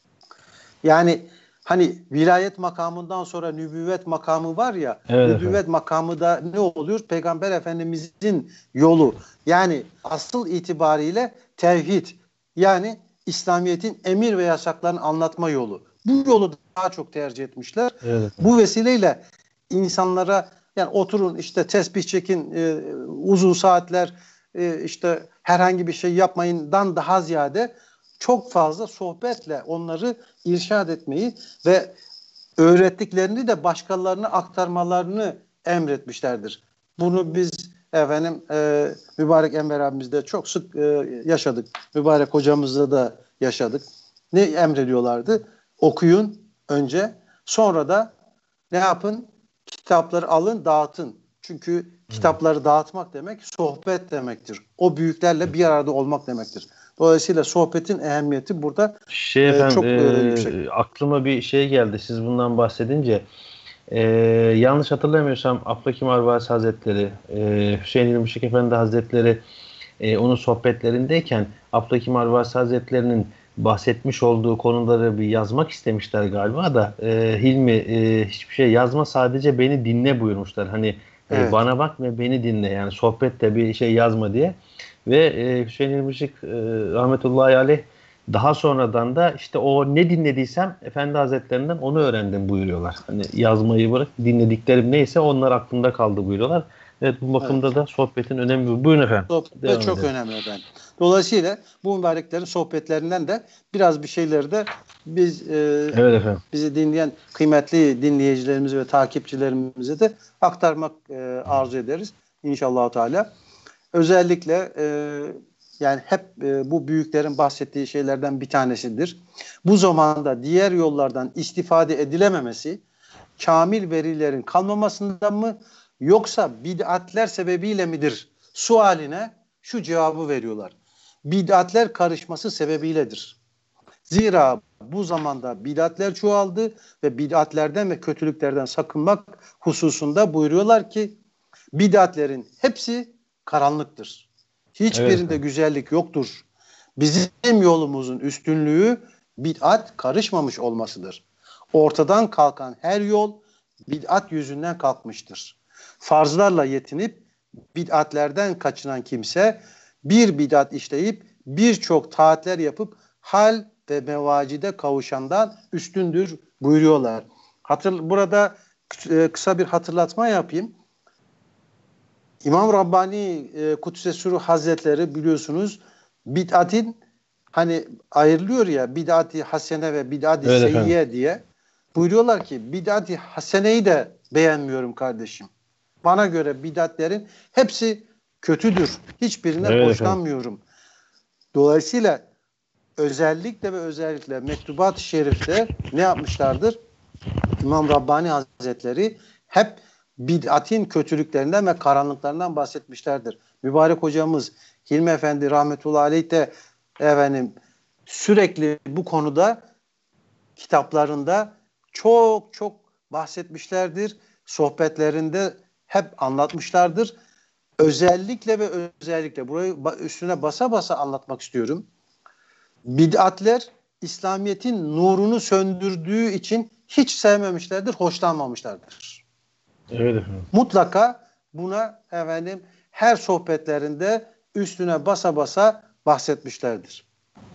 Yani hani vilayet makamından sonra nübüvvet makamı var ya, nübüvvet makamı da ne oluyor? Peygamber Efendimizin yolu. Yani asıl itibariyle tevhid. Yani İslamiyet'in emir ve yasaklarını anlatma yolu. Bu yolu daha çok tercih etmişler. Bu vesileyle insanlara yani oturun işte tesbih çekin, uzun saatler işte herhangi bir şey yapmayından daha ziyade çok fazla sohbetle onları irşad etmeyi ve öğrettiklerini de başkalarına aktarmalarını emretmişlerdir. Bunu biz efendim Mübarek Enver abimizde çok sık yaşadık. Mübarek hocamızda da yaşadık. Ne emrediyorlardı? Okuyun önce, sonra da ne yapın? Kitapları alın, dağıtın. Çünkü kitapları dağıtmak demek sohbet demektir. O büyüklerle bir arada olmak demektir. Dolayısıyla sohbetin ehemmiyeti burada çok yüksek.
Aklıma bir şey geldi siz bundan bahsedince. Yanlış hatırlamıyorsam Abdülhakim Arvasi Hazretleri, Hüseyin İlmüşrik Efendi Hazretleri onun sohbetlerindeyken Abdülhakim Arvasi Hazretleri'nin bahsetmiş olduğu konuları bir yazmak istemişler galiba da Hilmi hiçbir şey yazma, sadece beni dinle buyurmuşlar. Hani bana bak ve beni dinle, yani sohbette bir şey yazma diye. Ve Hüseyin İlmüşrik rahmetullahi aleyh daha sonradan da işte o ne dinlediysem Efendi Hazretlerinden onu öğrendim buyuruyorlar. Hani yazmayı bırak, dinlediklerim neyse onlar aklımda kaldı buyuruyorlar. Evet, bu bakımda da sohbetin önemi. Buyurun efendim.
Sohbet çok önemli efendim. Dolayısıyla bu mübareklerin sohbetlerinden de biraz bir şeyleri de biz bizi dinleyen kıymetli dinleyicilerimize ve takipçilerimize de aktarmak arzu ederiz inşallah Teala. Özellikle yani hep bu büyüklerin bahsettiği şeylerden bir tanesidir. Bu zamanda diğer yollardan istifade edilememesi kamil verilerin kalmamasından mı yoksa bid'atler sebebiyle midir sualine şu cevabı veriyorlar. Bid'atler karışması sebebiyledir. Zira bu zamanda bid'atler çoğaldı ve bid'atlerden ve kötülüklerden sakınmak hususunda buyuruyorlar ki bid'atlerin hepsi karanlıktır. Hiçbirinde
Evet.
güzellik yoktur. Bizim yolumuzun üstünlüğü bid'at karışmamış olmasıdır. Ortadan kalkan her yol bid'at yüzünden kalkmıştır. Farzlarla yetinip bid'atlerden kaçınan kimse bir bid'at işleyip birçok taatler yapıp hal ve mevacide kavuşandan üstündür buyuruyorlar. Burada kısa bir hatırlatma yapayım. İmam Rabbani Kudsesuru Hazretleri biliyorsunuz bid'atin hani ayrılıyor ya bid'ati hasene ve bid'ati
Evet efendim.
seyyiye diye. Buyuruyorlar ki bid'ati haseneyi de beğenmiyorum kardeşim. Bana göre bid'atlerin hepsi kötüdür. Hiçbirine
Evet efendim.
hoşlanmıyorum. Dolayısıyla özellikle Mektubat-ı Şerif'te ne yapmışlardır? İmam Rabbani Hazretleri hep bid'atin kötülüklerinden ve karanlıklarından bahsetmişlerdir. Mübarek hocamız Hilmi Efendi rahmetullahi aleyh de sürekli bu konuda kitaplarında çok bahsetmişlerdir. Sohbetlerinde hep anlatmışlardır. Özellikle burayı üstüne basa basa anlatmak istiyorum. Bid'atler İslamiyet'in nurunu söndürdüğü için hiç sevmemişlerdir, hoşlanmamışlardır.
Evet efendim.
Mutlaka buna her sohbetlerinde üstüne basa basa bahsetmişlerdir.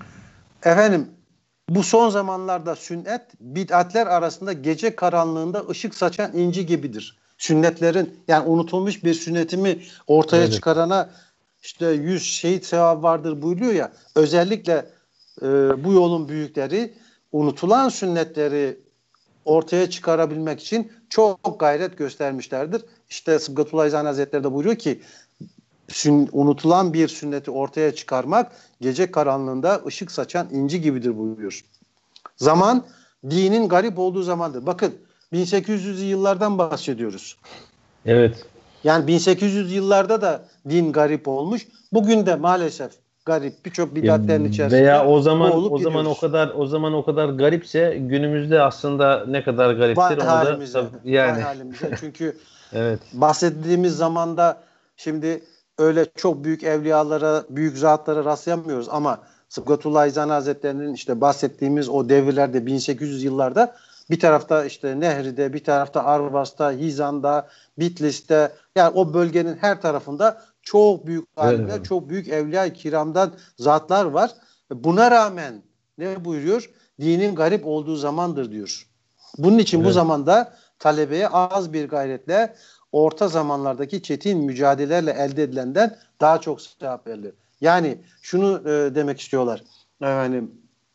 Bu son zamanlarda sünnet bid'atler arasında gece karanlığında ışık saçan inci gibidir. Sünnetlerin yani unutulmuş bir sünnetimi ortaya
Evet.
çıkarana işte 100 şehit sevabı vardır buyuruyor ya. Özellikle bu yolun büyükleri unutulan sünnetleri ortaya çıkarabilmek için çok gayret göstermişlerdir. İşte Sıbgatullah İzhan Hazretleri de buyuruyor ki unutulan bir sünneti ortaya çıkarmak gece karanlığında ışık saçan inci gibidir buyuruyor. Zaman dinin garip olduğu zamandır. Bakın 1800'lü yıllardan bahsediyoruz.
Evet.
Yani 1800 yıllarda da din garip olmuş. Bugün de maalesef garip birçok bid'atlerin
Veya
içerisinde
o zaman
boğulup
o zaman o
gidiyoruz.
kadar o zaman o kadar garipse günümüzde aslında ne kadar
Vay
gariptir onu da
halimize,
tabii
vay
yani
halimize. Çünkü
evet.
bahsettiğimiz zamanda şimdi öyle çok büyük evliyalara, büyük zatlara rastlayamıyoruz ama Sıbgatullah İzhan Hazretleri'nin işte bahsettiğimiz o devirlerde 1800 yıllarda bir tarafta işte Nehri'de, bir tarafta Arvas'ta, Hizan'da, Bitlis'te yani o bölgenin her tarafında çok büyük
Evet
alimler,
efendim.
çok büyük evliya-i kiramdan zatlar var. Buna rağmen ne buyuruyor? Dinin garip olduğu zamandır diyor. Bunun için bu
Evet.
zamanda talebeye az bir gayretle orta zamanlardaki çetin mücadelelerle elde edilenden daha çok sevap verilir. Yani şunu demek istiyorlar. Efendim,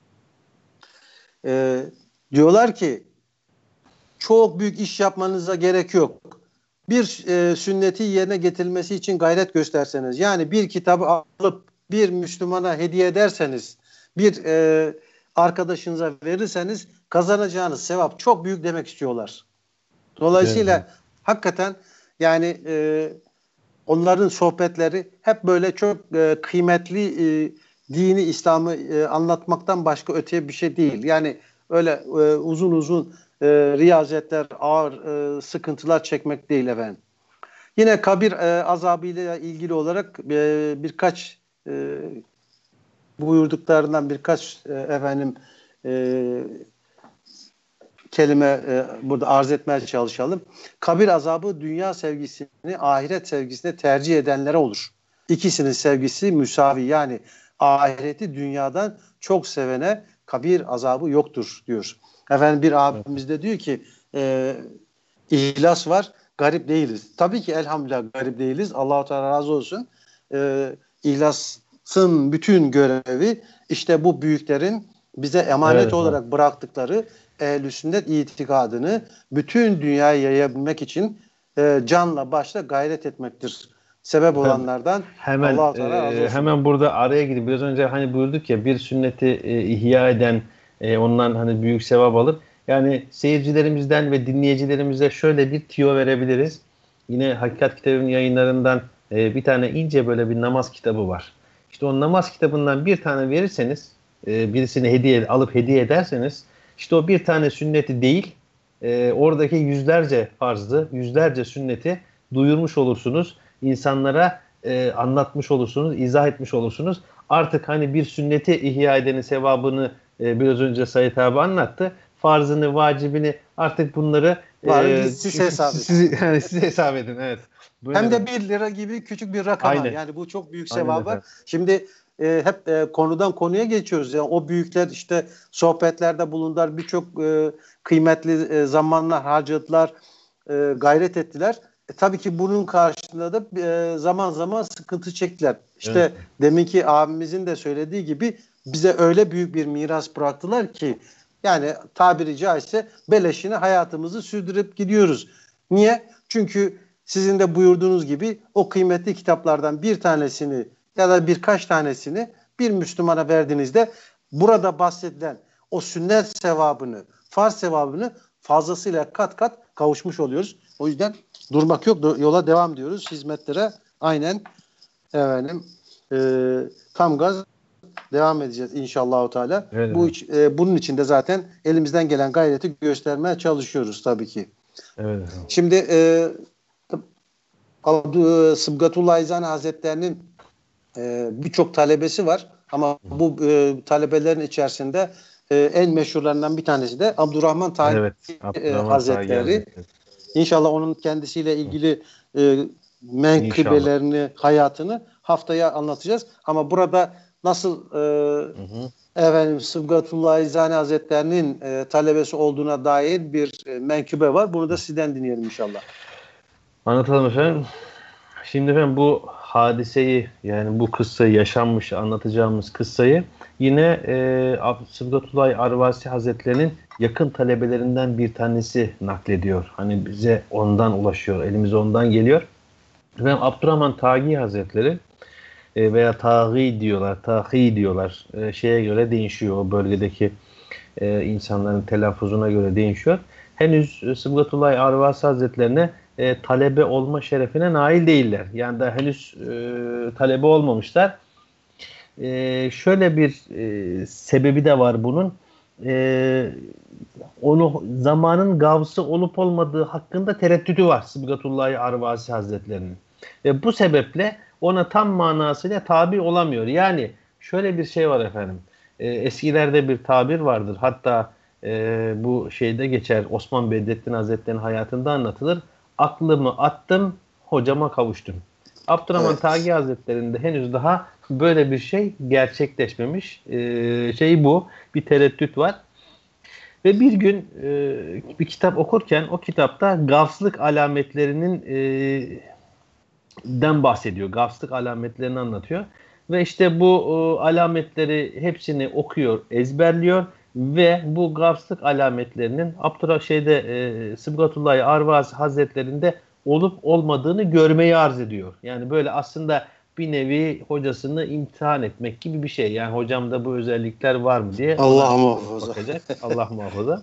e, diyorlar ki çok büyük iş yapmanıza gerek yok. Bir sünneti yerine getirilmesi için gayret gösterseniz, yani bir kitabı alıp bir Müslümana hediye ederseniz, bir arkadaşınıza verirseniz kazanacağınız sevap çok büyük demek istiyorlar.
Evet efendim.
Dolayısıyla hakikaten yani onların sohbetleri hep böyle çok kıymetli dini İslam'ı anlatmaktan başka öteye bir şey değil. Yani öyle uzun uzun riyazetler, ağır sıkıntılar çekmek değil efendim. Yine kabir azabıyla ilgili olarak birkaç buyurduklarından birkaç e, kelime burada arz etmeye çalışalım. Kabir azabı dünya sevgisini ahiret sevgisine tercih edenlere olur. İkisinin sevgisi müsavi, yani ahireti dünyadan çok sevene kabir azabı yoktur diyor. Bir
Evet.
abimiz de diyor ki ihlas var, garip değiliz. Tabii ki elhamdülillah garip değiliz. Allah-u Teala razı olsun. İhlasın bütün görevi işte bu büyüklerin bize
Evet
emanet
efendim.
olarak bıraktıkları ehl-i sünnet itikadını bütün dünyaya yayabilmek için canla başla gayret etmektir. Sebep
Efendim,
olanlardan
hemen
Allah-u Teala razı olsun.
hemen burada araya gidip biraz önce hani buyurduk ya bir sünneti ihya eden ondan hani büyük sevap alır. Yani seyircilerimizden ve dinleyicilerimize şöyle bir tüyo verebiliriz. Yine Hakikat Kitabı'nın yayınlarından bir tane ince böyle bir namaz kitabı var. İşte o namaz kitabından bir tane verirseniz birisine alıp hediye ederseniz işte o bir tane sünneti değil oradaki yüzlerce farzı, yüzlerce sünneti duyurmuş olursunuz. İnsanlara anlatmış olursunuz, izah etmiş olursunuz. Artık hani bir sünneti ihya edenin sevabını biraz önce Sait abi anlattı. Farzını, vacibini artık bunları
siz hesap edin.
siz hesap edin. Evet.
Hem de 1 lira gibi küçük bir rakama.
Aynen.
Yani bu çok büyük
Aynen
sevaba.
efendim.
Şimdi hep konudan konuya geçiyoruz. Yani o büyükler işte sohbetlerde bulundular. Birçok kıymetli zamanlar harcadılar. Gayret ettiler. Tabii ki bunun karşılığında da zaman zaman sıkıntı çektiler. İşte
Evet.
deminki abimizin de söylediği gibi bize öyle büyük bir miras bıraktılar ki yani tabiri caizse beleşine hayatımızı sürdürüp gidiyoruz. Niye? Çünkü sizin de buyurduğunuz gibi o kıymetli kitaplardan bir tanesini ya da birkaç tanesini bir Müslümana verdiğinizde burada bahsedilen o sünnet sevabını, farz sevabını fazlasıyla kat kat kavuşmuş oluyoruz. O yüzden durmak yok, yola devam diyoruz. Hizmetlere aynen efendim tam gaz devam edeceğiz inşallah Teala.
Evet,
Bunun için de zaten elimizden gelen gayreti göstermeye çalışıyoruz tabii ki.
Evet.
Şimdi Sıbgatullah İzani Hazretleri'nin birçok talebesi var ama bu talebelerin içerisinde en meşhurlarından bir tanesi de Abdurrahman Tagi Hazretleri. İnşallah onun kendisiyle ilgili menkıbelerini, hayatını haftaya anlatacağız. Ama burada nasıl efendim Sıbgatullah İzani Hazretlerinin talebesi olduğuna dair bir menkıbe var. Bunu da sizden dinleyelim inşallah.
Anlatalım efendim. Şimdi efendim bu hadiseyi yani bu kıssayı yaşanmış anlatacağımız kıssayı yine Sıbgatullah Arvasi Hazretleri'nin yakın talebelerinden bir tanesi naklediyor. Hani bize ondan ulaşıyor, elimize ondan geliyor. Efendim Abdurrahman Tagi Hazretleri veya Tagi diyorlar. Şeye göre değişiyor. O bölgedeki insanların telaffuzuna göre değişiyor. Henüz Sıbgatullah Arvasi Hazretlerine talebe olma şerefine nail değiller. Yani daha henüz talebe olmamışlar. Şöyle bir sebebi de var bunun. Onu zamanın gavsı olup olmadığı hakkında tereddütü var Sıbgatullah Arvasi Hazretlerinin. Ve bu sebeple ona tam manasıyla tabi olamıyor. Yani şöyle bir şey var efendim. Eskilerde bir tabir vardır. Hatta bu şeyde geçer. Osman Bedrettin Hazretleri'nin hayatında anlatılır. Aklımı attım, hocama kavuştum. Abdurrahman Tagi Hazretleri'nde henüz daha böyle bir şey gerçekleşmemiş. Bu. Bir tereddüt var. Ve bir gün bir kitap okurken o kitapta gavslık alametlerinin den bahsediyor. Gavslık alametlerini anlatıyor. Ve işte bu alametleri hepsini okuyor, ezberliyor ve bu gavslık alametlerinin Sıbgatullah Arvasi Hazretlerinde olup olmadığını görmeyi arz ediyor. Yani böyle aslında bir nevi hocasını imtihan etmek gibi bir şey. Yani hocamda bu özellikler var mı diye
Allah muhafaza.
Bakacak. Allah muhafaza.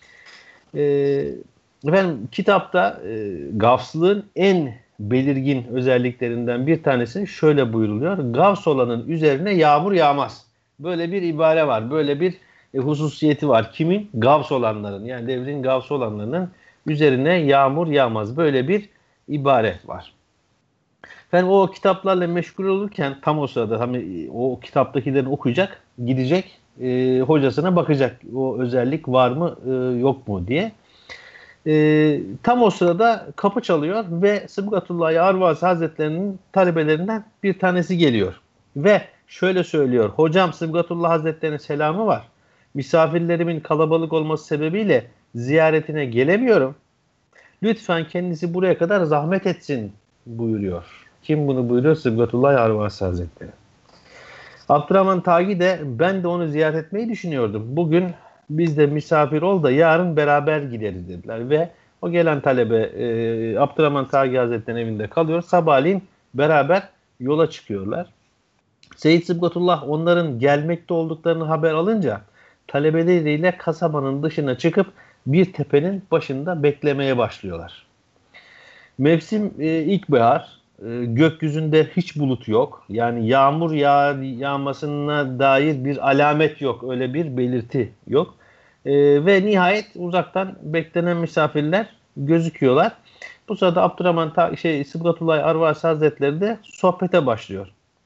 Efendim kitapta gavslığın en belirgin özelliklerinden bir tanesi şöyle buyuruluyor. Gavs olanın üzerine yağmur yağmaz. Böyle bir ibare var. Böyle bir hususiyeti var. Kimin? Gavs olanların. Yani devrin gavs olanlarının üzerine yağmur yağmaz. Böyle bir ibare var. Efendim o kitaplarla meşgul olurken tam o sırada hani o kitaptakilerini okuyacak, gidecek, hocasına bakacak. O özellik var mı, yok mu diye. Tam o sırada kapı çalıyor ve Sıbgatullah Arvasi Hazretleri'nin talebelerinden bir tanesi geliyor. Ve şöyle söylüyor. Hocam Sıbgatullah Hazretleri'nin selamı var. Misafirlerimin kalabalık olması sebebiyle ziyaretine gelemiyorum. Lütfen kendisi buraya kadar zahmet etsin buyuruyor. Kim bunu buyuruyor? Sıbgatullah Arvasi Hazretleri. Abdurrahman Tagi de ben de onu ziyaret etmeyi düşünüyordum. Bugün biz de misafir ol da yarın beraber gideriz dediler. Ve o gelen talebe Abdurrahman Tagi Hazretleri'nin evinde kalıyor. Sabahleyin beraber yola çıkıyorlar. Seyyid Sıbgatullah onların gelmekte olduklarını haber alınca talebeleriyle kasabanın dışına çıkıp bir tepenin başında beklemeye başlıyorlar. Mevsim ilkbahar. Gökyüzünde hiç bulut yok. Yani yağmur yağmasına dair bir alamet yok. Öyle bir belirti yok. Ve nihayet uzaktan beklenen misafirler gözüküyorlar. Bu sırada Abdurrahman Sıbgatullahi Arvasi Hazretleri de sohbete başlıyor.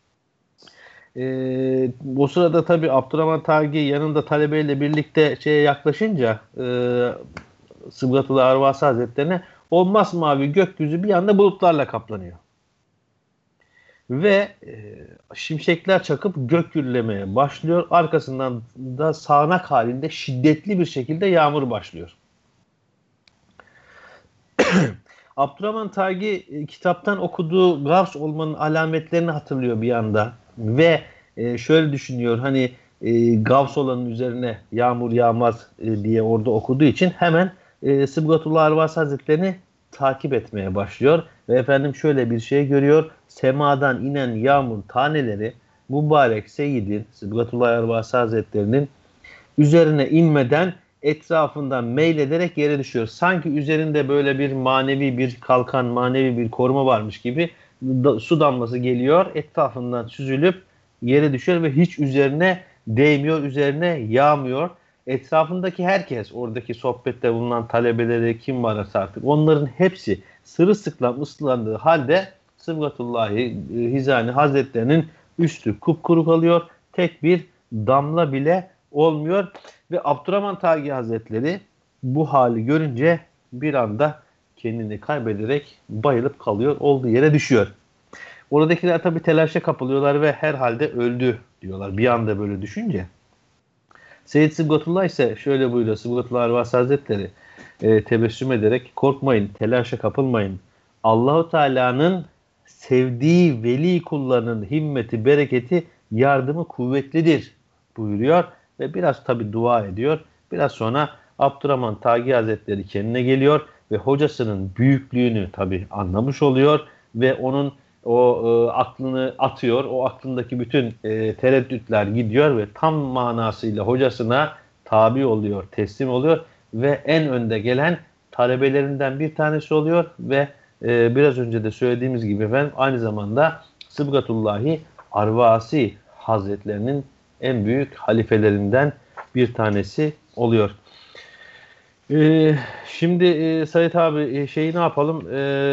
O sırada tabii Abdurrahman Tagi yanında talebeyle birlikte yaklaşınca Sıbgatullahi Arvasi Hazretlerine o masmavi gökyüzü bir anda bulutlarla kaplanıyor. Ve şimşekler çakıp gök gürlemeye başlıyor. Arkasından da sağanak halinde şiddetli bir şekilde yağmur başlıyor. Abdurrahman Tagi kitaptan okuduğu Gavs olmanın alametlerini hatırlıyor bir anda. Ve şöyle düşünüyor, hani Gavs olanın üzerine yağmur yağmaz diye orada okuduğu için hemen Sıbgatullah Arvasi Hazretleri'ni takip etmeye başlıyor. Ve efendim şöyle bir şey görüyor. Semadan inen yağmur taneleri mübarek Seyyid'in Sıbgatullah Arvasi Hazretleri'nin üzerine inmeden etrafından meylederek yere düşüyor. Sanki üzerinde böyle bir manevi bir kalkan, manevi bir koruma varmış gibi su damlası geliyor, etrafından süzülüp yere düşüyor ve hiç üzerine değmiyor, üzerine yağmıyor. Etrafındaki herkes, oradaki sohbette bulunan talebeleri, kim varsa artık, onların hepsi sırılsıklam ıslandığı halde Sıbgatullahi Hizani Hazretlerinin üstü kupkuru kalıyor. Tek bir damla bile olmuyor. Ve Abdurrahman Tagi Hazretleri bu hali görünce bir anda kendini kaybederek bayılıp kalıyor. Olduğu yere düşüyor. Oradakiler tabii telaşa kapılıyorlar ve herhalde öldü diyorlar. Bir anda böyle düşünce. Seyyid Sıbgatullah ise şöyle buyuruyor. Sıbgatullah Arvasi Hazretleri tebessüm ederek, korkmayın, telaşa kapılmayın. Allahu Teala'nın sevdiği veli kullarının himmeti, bereketi, yardımı kuvvetlidir buyuruyor. Ve biraz tabi dua ediyor. Biraz sonra Abdurrahman Tagi Hazretleri kendine geliyor ve hocasının büyüklüğünü tabi anlamış oluyor ve onun o aklını atıyor. O aklındaki bütün tereddütler gidiyor ve tam manasıyla hocasına tabi oluyor, teslim oluyor ve en önde gelen talebelerinden bir tanesi oluyor ve biraz önce de söylediğimiz gibi efendim aynı zamanda Sıbgatullahi Arvasi Hazretlerinin en büyük halifelerinden bir tanesi oluyor. Şimdi Sait abi ne yapalım?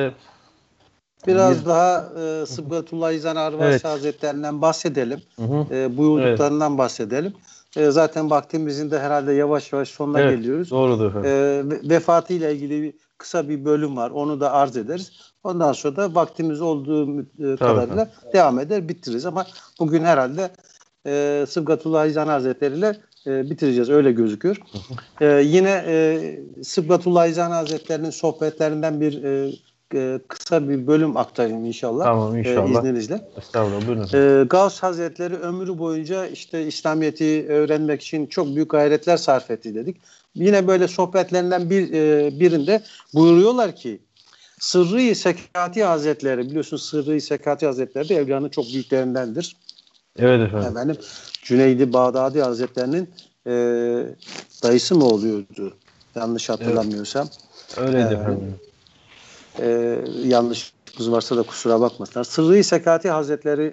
Biraz daha Sıbgatullah Hizani Arvasi Hazretlerinden bahsedelim. Buyurduklarından bahsedelim. Zaten vaktimizin de herhalde yavaş yavaş sonuna geliyoruz.
Doğrudur.
Vefatıyla ilgili kısa bir bölüm var. Onu da arz ederiz. Ondan sonra da vaktimiz olduğu kadarıyla devam eder, bitiririz. Ama bugün herhalde Sıbgatullah Hizani Hazretleri ile bitireceğiz. Öyle gözüküyor. Yine Sıbgatullah Hizani Hazretleri'nin sohbetlerinden bir kısa bir bölüm aktarayım inşallah.
Tamam inşallah.
İzninizle.
Estağfurullah. Buyurun.
Gavs Hazretleri ömrü boyunca işte İslamiyet'i öğrenmek için çok büyük gayretler sarf etti dedik. Yine böyle sohbetlerinden birinde buyuruyorlar ki Sırrı-i Sekati Hazretleri, biliyorsunuz Sırrı-i Sekati Hazretleri de evliyanın çok büyüklerindendir.
Evet efendim.
Cüneydi Bağdadi Hazretlerinin dayısı mı oluyordu? Yanlış hatırlamıyorsam.
Öyleydi efendim.
Yanlışımız varsa da kusura bakmasınlar. Sırrı-i Sekati Hazretleri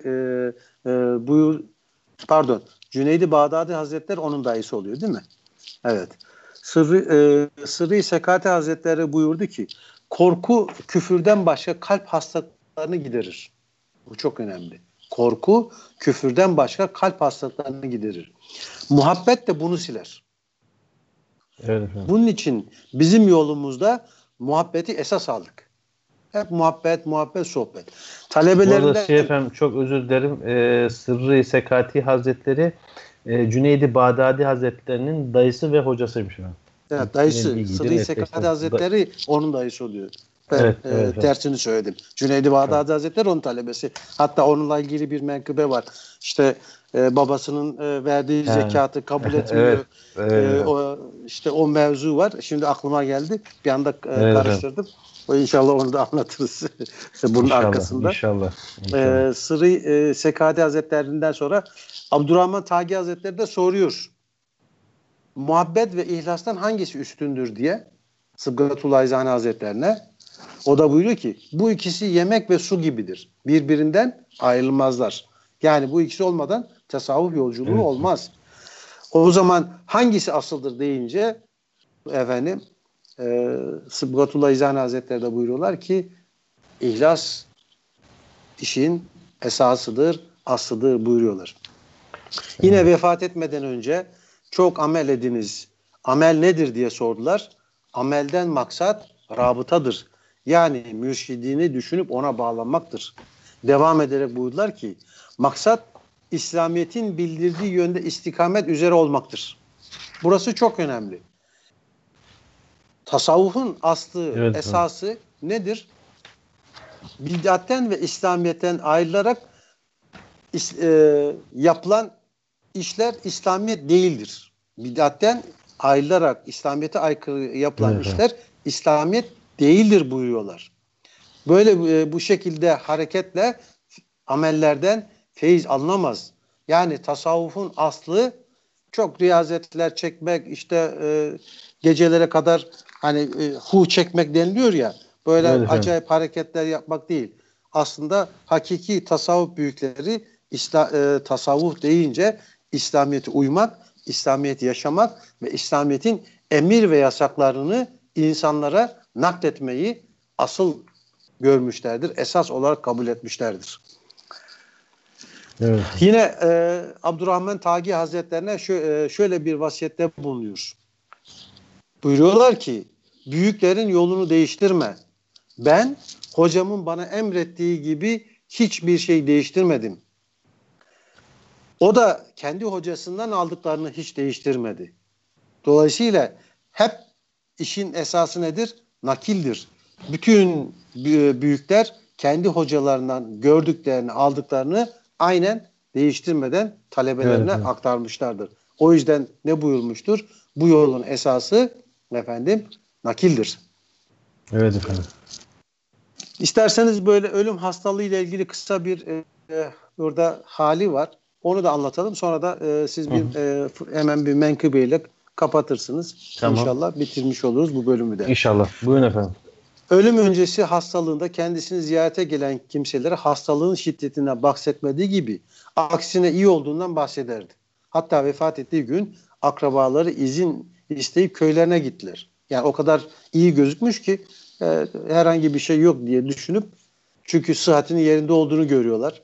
Cüneydi Bağdadi Hazretleri onun dayısı oluyor değil mi? Evet. Sırrı-i Sekati Hazretleri buyurdu ki korku küfürden başka kalp hastalıklarını giderir. Bu çok önemli. Korku küfürden başka kalp hastalıklarını giderir. Muhabbet de bunu siler.
Evet efendim.
Bunun için bizim yolumuzda muhabbeti esas aldık. Hep muhabbet, sohbet. Talebelerinden...
Bu arada efendim çok özür dilerim. Sırrı-i Sekati Hazretleri Cüneydi Bağdadi Hazretleri'nin dayısı ve hocasıymış efendim.
Evet, dayısı. Sırrı-i Sekati Hazretleri onun dayısı oluyor. Ben tersini söyledim. Cüneydi Bağdadi Hazretleri onun talebesi. Hatta onunla ilgili bir menkıbe var. İşte babasının verdiği zekatı kabul etmiyor. O mevzu var. Şimdi aklıma geldi. Bir anda karıştırdım. İnşallah onu da anlatırız. Bunun arkasında.
İnşallah.
Sırrı Sekati Hazretlerinden sonra Abdurrahman Tagi Hazretleri de soruyor. Muhabbet ve ihlastan hangisi üstündür diye Sıbgatullah Hizani Hazretlerine. O da buyuruyor ki bu ikisi yemek ve su gibidir. Birbirinden ayrılmazlar. Yani bu ikisi olmadan tasavvuf yolculuğu olmaz. O zaman hangisi asıldır deyince efendim Sıbgatullah İzani Hazretleri de buyuruyorlar ki İhlas işin esasıdır, aslıdır buyuruyorlar. Yine vefat etmeden önce çok amel ediniz. Amel nedir diye sordular. Amelden maksat rabıtadır. Yani mürşidini düşünüp ona bağlanmaktır. Devam ederek buyurdular ki maksat İslamiyet'in bildirdiği yönde istikamet üzere olmaktır. Burası çok önemli. Tasavvufun aslı, esası nedir? Bid'atten ve İslamiyet'ten ayrılarak yapılan işler İslamiyet değildir. Bid'atten ayrılarak İslamiyet'e aykırı yapılan işler İslamiyet değildir buyuruyorlar. Böyle bu şekilde hareketle amellerden feyiz alınamaz. Yani tasavvufun aslı çok riyazetler çekmek, işte gecelere kadar hani hu çekmek deniliyor ya, böyle acayip hareketler yapmak değil. Aslında hakiki tasavvuf büyükleri tasavvuf deyince İslamiyet'e uymak, İslamiyet'i yaşamak ve İslamiyet'in emir ve yasaklarını insanlara nakletmeyi asıl görmüşlerdir. Esas olarak kabul etmişlerdir. Evet. Yine Abdurrahman Tagi Hazretlerine şöyle bir vasiyette bulunuyor. Buyuruyorlar ki büyüklerin yolunu değiştirme. Ben hocamın bana emrettiği gibi hiçbir şey değiştirmedim. O da kendi hocasından aldıklarını hiç değiştirmedi. Dolayısıyla hep işin esası nedir? Nakildir. Bütün büyükler kendi hocalarından gördüklerini, aldıklarını aynen değiştirmeden talebelerine aktarmışlardır. O yüzden ne buyurmuştur? Bu yolun esası nakildir.
Evet efendim.
İsterseniz böyle ölüm hastalığı ile ilgili kısa bir burada hali var. Onu da anlatalım. Sonra da siz hemen bir menkıbeyle kapatırsınız. Tamam. İnşallah bitirmiş oluruz bu bölümü de.
İnşallah. Buyurun efendim.
Ölüm öncesi hastalığında kendisini ziyarete gelen kimselere hastalığın şiddetinden bahsetmediği gibi aksine iyi olduğundan bahsederdi. Hatta vefat ettiği gün akrabaları izin isteyip köylerine gittiler. Yani o kadar iyi gözükmüş ki herhangi bir şey yok diye düşünüp, çünkü sıhhatinin yerinde olduğunu görüyorlar.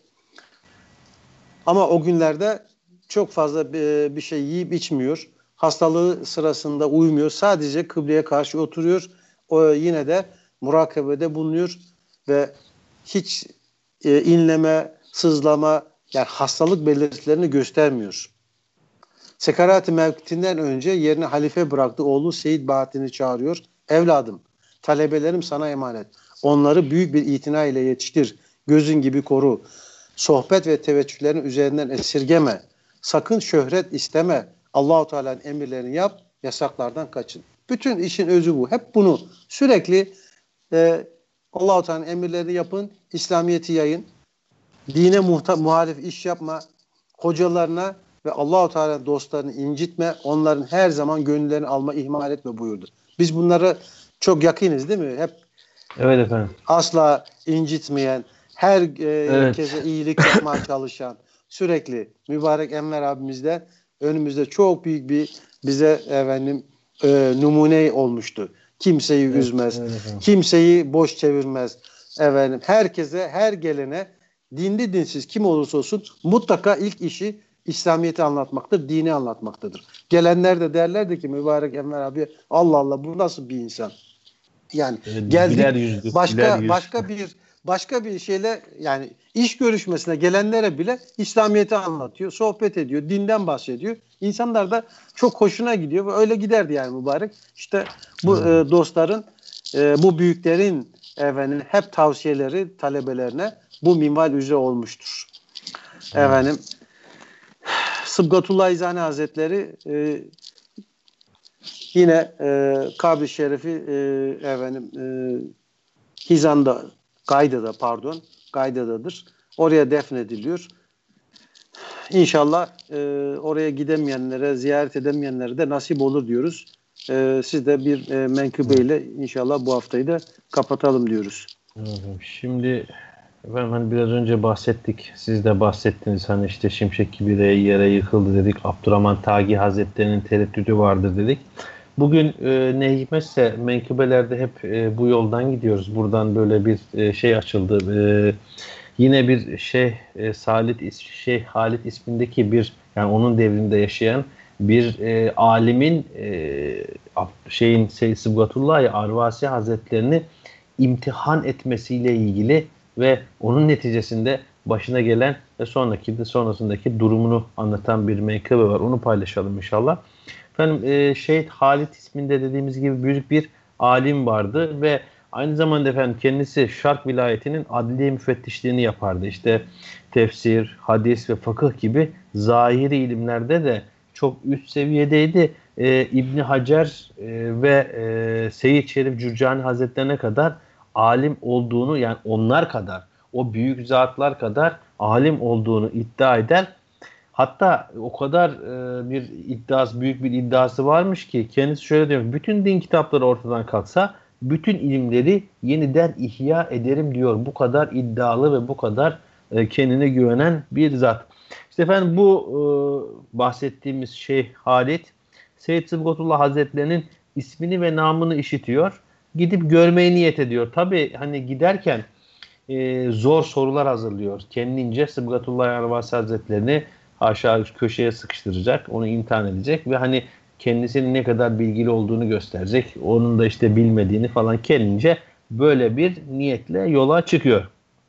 Ama o günlerde çok fazla bir şey yiyip içmiyor. Hastalığı sırasında uyumuyor. Sadece kıbleye karşı oturuyor. O yine de murakabede bulunuyor ve hiç inleme, sızlama, yani hastalık belirtilerini göstermiyor. Sekarat-ı mevkitinden önce yerine halife bıraktığı oğlu Seyyid Bahattin'i çağırıyor. Evladım, talebelerim sana emanet. Onları büyük bir itina ile yetiştir. Gözün gibi koru. Sohbet ve teveccühlerin üzerinden esirgeme. Sakın şöhret isteme. Allah-u Teala'nın emirlerini yap, yasaklardan kaçın. Bütün işin özü bu. Hep bunu sürekli Allah-u Teala'nın emirlerini yapın, İslamiyet'i yayın. Dine muhalif iş yapma. Hocalarına ve Allah-u Teala dostlarını incitme. Onların her zaman gönüllerini alma, ihmal etme buyurdu. Biz bunları çok yakınız değil mi? Hep
evet efendim.
Asla incitmeyen, herkese iyilik yapmaya çalışan, sürekli mübarek Enver abimizde önümüzde çok büyük bir bize numune olmuştu. Kimseyi üzmez, kimseyi boş çevirmez. Herkese, her gelene, dinli dinsiz kim olursa olsun mutlaka ilk işi İslamiyet'i anlatmaktır, dini anlatmaktadır. Gelenler de derlerdi ki mübarek Enver abi, Allah Allah bu nasıl bir insan? Yani geldik başka bir şeyle, yani iş görüşmesine gelenlere bile İslamiyet'i anlatıyor, sohbet ediyor, dinden bahsediyor. İnsanlar da çok hoşuna gidiyor ve öyle giderdi yani mübarek. İşte bu dostların, bu büyüklerin hep tavsiyeleri talebelerine bu minval üzere olmuştur. Sıbgatullah İzani Hazretleri yine kabri şerifi Hizan'da, Gayda'dadır. Oraya defnediliyor. İnşallah oraya gidemeyenlere, ziyaret edemeyenlere de nasip olur diyoruz. Siz de bir menkıbeyle inşallah bu haftayı da kapatalım diyoruz.
Şimdi efendim hani biraz önce bahsettik. Siz de bahsettiniz. Hani işte şimşek gibi de yere yıkıldı dedik. Abdurrahman Tagi Hazretleri'nin tereddüdü vardır dedik. Bugün ne hikmetse menkıbelerde hep bu yoldan gidiyoruz. Buradan böyle bir şey açıldı. Yine bir Şeyh Halit ismindeki bir, yani onun devrinde yaşayan bir alimin Seyyid Sıbgatullahi Arvasi Hazretlerini imtihan etmesiyle ilgili ve onun neticesinde başına gelen ve sonrasındaki durumunu anlatan bir menkıbe var. Onu paylaşalım inşallah. Efendim Şeyh Halit isminde dediğimiz gibi büyük bir alim vardı ve aynı zamanda efendim kendisi Şark vilayetinin adliye müfettişliğini yapardı. İşte tefsir, hadis ve fıkıh gibi zahiri ilimlerde de çok üst seviyedeydi. İbni Hacer ve Seyyid Şerif Cürcani Hazretlerine kadar alim olduğunu, yani onlar kadar, o büyük zatlar kadar alim olduğunu iddia eder. Hatta o kadar büyük bir iddiası varmış ki kendisi şöyle diyor: bütün din kitapları ortadan kalksa bütün ilimleri yeniden ihya ederim diyor. Bu kadar iddialı ve bu kadar kendine güvenen bir zat. İşte efendim bu bahsettiğimiz Şeyh Halit, Seyyid Sıbgatullah Hazretlerinin ismini ve namını işitiyor. Gidip görmeyi niyet ediyor. Tabi hani giderken zor sorular hazırlıyor. Kendince Sıbgatullah Arvasi Hazretlerini aşağı köşeye sıkıştıracak, onu imtihan edecek ve hani kendisinin ne kadar bilgili olduğunu gösterecek. Onun da işte bilmediğini falan, kendince böyle bir niyetle yola çıkıyor.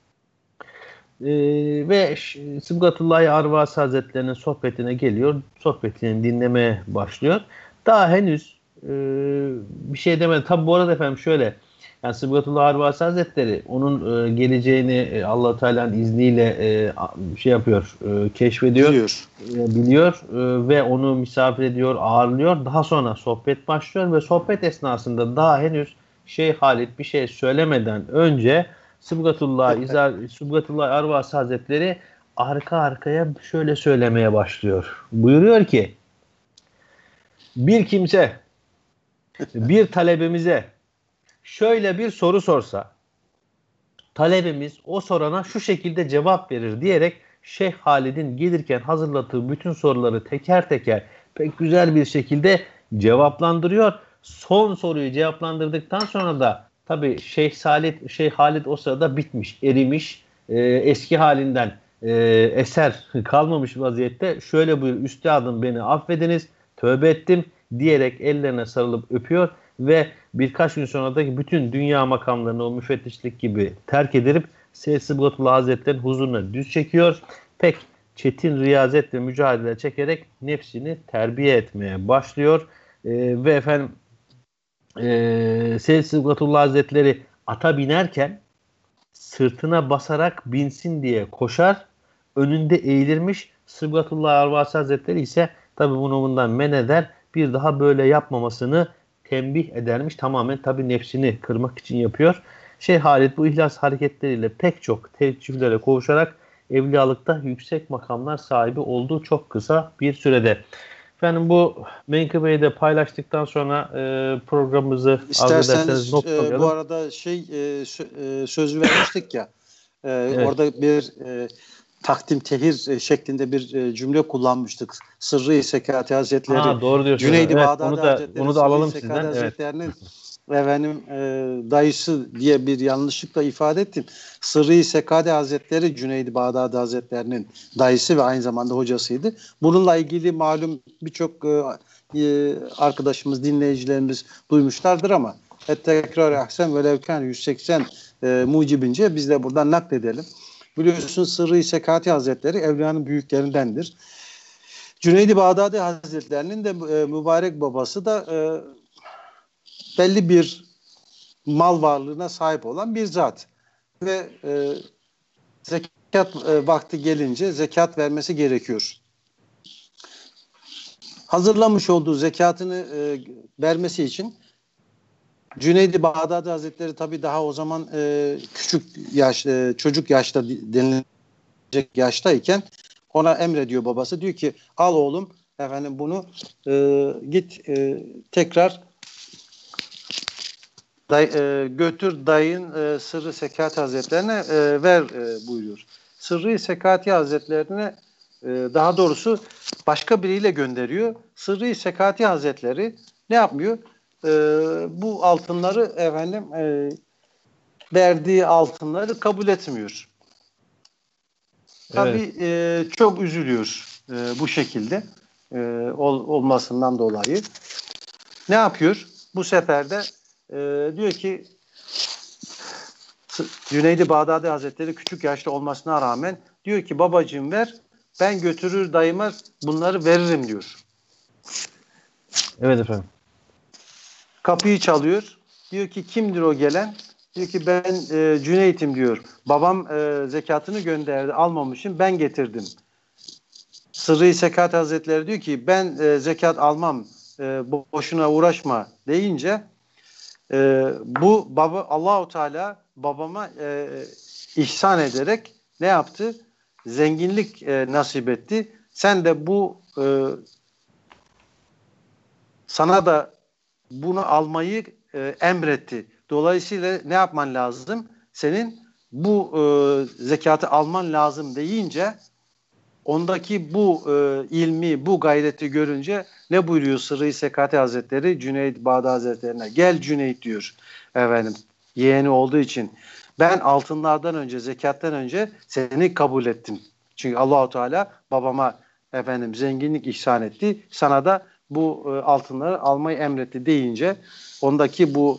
Ve Sıbgatullahi Arvasi Hazretlerinin sohbetine geliyor. Sohbetini dinlemeye başlıyor. Daha henüz bir şey demedi. Tabi bu arada efendim şöyle, yani Sıbgatullah Arvasi Hazretleri onun geleceğini Allah Teala'nın izniyle şey yapıyor, keşfediyor, biliyor ve onu misafir ediyor, ağırlıyor. Daha sonra sohbet başlıyor ve sohbet esnasında daha henüz Şeyh Halit bir şey söylemeden önce Sıbgatullah Arvasi Hazretleri arka arkaya şöyle söylemeye başlıyor. Buyuruyor ki, bir kimse bir talebemize şöyle bir soru sorsa, talebimiz o sorana şu şekilde cevap verir diyerek Şeyh Halid'in gelirken hazırladığı bütün soruları teker teker pek güzel bir şekilde cevaplandırıyor. Son soruyu cevaplandırdıktan sonra da tabii Şeyh Halid o sırada bitmiş, erimiş, eski halinden eser kalmamış vaziyette. Şöyle buyur: üstadım beni affediniz, tövbe ettim diyerek ellerine sarılıp öpüyor ve birkaç gün sonra da bütün dünya makamlarını o müfettişlik gibi terk edip Seyyid Sıbgatullah Hazretleri'nin huzuruna düz çekiyor. Pek çetin riyazet ve mücadele çekerek nefsini terbiye etmeye başlıyor. Ve efendim Seyyid Sıbgatullah Hazretleri ata binerken sırtına basarak binsin diye koşar. Önünde eğilirmiş. Sıbgatullah Arvasi Hazretleri ise tabi bunu bundan men eder. Bir daha böyle yapmamasını tembih edermiş. Tamamen tabi nefsini kırmak için yapıyor. Şeyh Halit bu ihlas hareketleriyle pek çok teveccühlere kavuşarak evliyalıkta yüksek makamlar sahibi olduğu çok kısa bir sürede. Efendim bu menkıbeyi de paylaştıktan sonra programımızı
İsterseniz bu arada söz vermiştik ya, evet. Orada bir takdim tehir şeklinde bir cümle kullanmıştık. Sırrı-i Sekati Hazretleri,
doğru diyorsun.
Cüneyd-i
evet,
Bağdadi Hazretleri,
onu da alalım
Sekati
sizden.
Hazretleri'nin dayısı diye bir yanlışlıkla ifade ettim. Sırrı-i Sekati Hazretleri Cüneyd-i Bağdadi Hazretlerinin dayısı ve aynı zamanda hocasıydı. Bununla ilgili malum birçok arkadaşımız, dinleyicilerimiz duymuşlardır ama tekrar ahsen ve levken 180 mucibince biz de buradan nakledelim. Biliyorsunuz Sırrı-i Sekati Hazretleri evliyanın büyüklerindendir. Cüneyd-i Bağdadi Hazretlerinin de mübarek babası da belli bir mal varlığına sahip olan bir zat. Ve zekat vakti gelince zekat vermesi gerekiyor. Hazırlamış olduğu zekatını vermesi için Cüneyd-i Bağdadi Hazretleri tabii daha o zaman çocuk yaşta denilecek yaştayken ona emrediyor babası. Diyor ki al oğlum efendim bunu git tekrar götür dayın Sırrı Sekati Hazretlerine ver buyuruyor. Sırrı Sekati Hazretlerine daha doğrusu başka biriyle gönderiyor. Sırrı Sekati Hazretleri ne yapmıyor? Bu altınları efendim verdiği altınları kabul etmiyor. Tabii çok üzülüyor bu şekilde olmasından dolayı. Ne yapıyor? Bu sefer de diyor ki Cüneyd-i Bağdadi Hazretleri küçük yaşta olmasına rağmen diyor ki babacığım ver, ben götürür dayıma bunları veririm diyor.
Evet efendim.
Kapıyı çalıyor. Diyor ki kimdir o gelen? Diyor ki ben Cüneyt'im diyor. Babam zekatını gönderdi, almamışım, ben getirdim. Sırrı Sekat Hazretleri diyor ki ben zekat almam, boşuna uğraşma deyince bu baba Allahu Teala babama ihsan ederek ne yaptı? Zenginlik nasip etti. Sen de bu sana da bunu almayı emretti. Dolayısıyla ne yapman lazım? Senin bu zekatı alman lazım deyince ondaki bu ilmi, bu gayreti görünce ne buyuruyor Sırrı Sekati Hazretleri Cüneyd Bağdadi Hazretlerine? Gel Cüneyd diyor efendim. Yeğeni olduğu için ben altınlardan önce, zekattan önce seni kabul ettim. Çünkü Allahu Teala babama efendim zenginlik ihsan etti. Sana da bu altınları almayı emretti deyince ondaki bu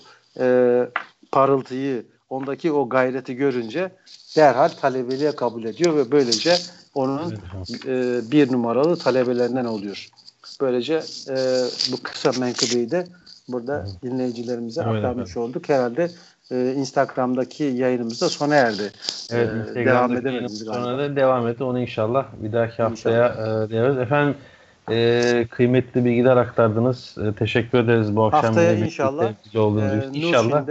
parıltıyı, ondaki o gayreti görünce derhal talebeliğe kabul ediyor ve böylece onun bir numaralı talebelerinden oluyor. Böylece bu kısa menkıbeyi de burada dinleyicilerimize aktarmış olduk. Herhalde Instagram'daki yayınımız da sona erdi.
Evet,
devam edemedik.
Sonra da devam etti. Onu inşallah bir dahaki haftaya deneriz. Efendim kıymetli bilgiler aktardınız. Teşekkür ederiz bu akşam.
Haftaya inşallah
İnşallah.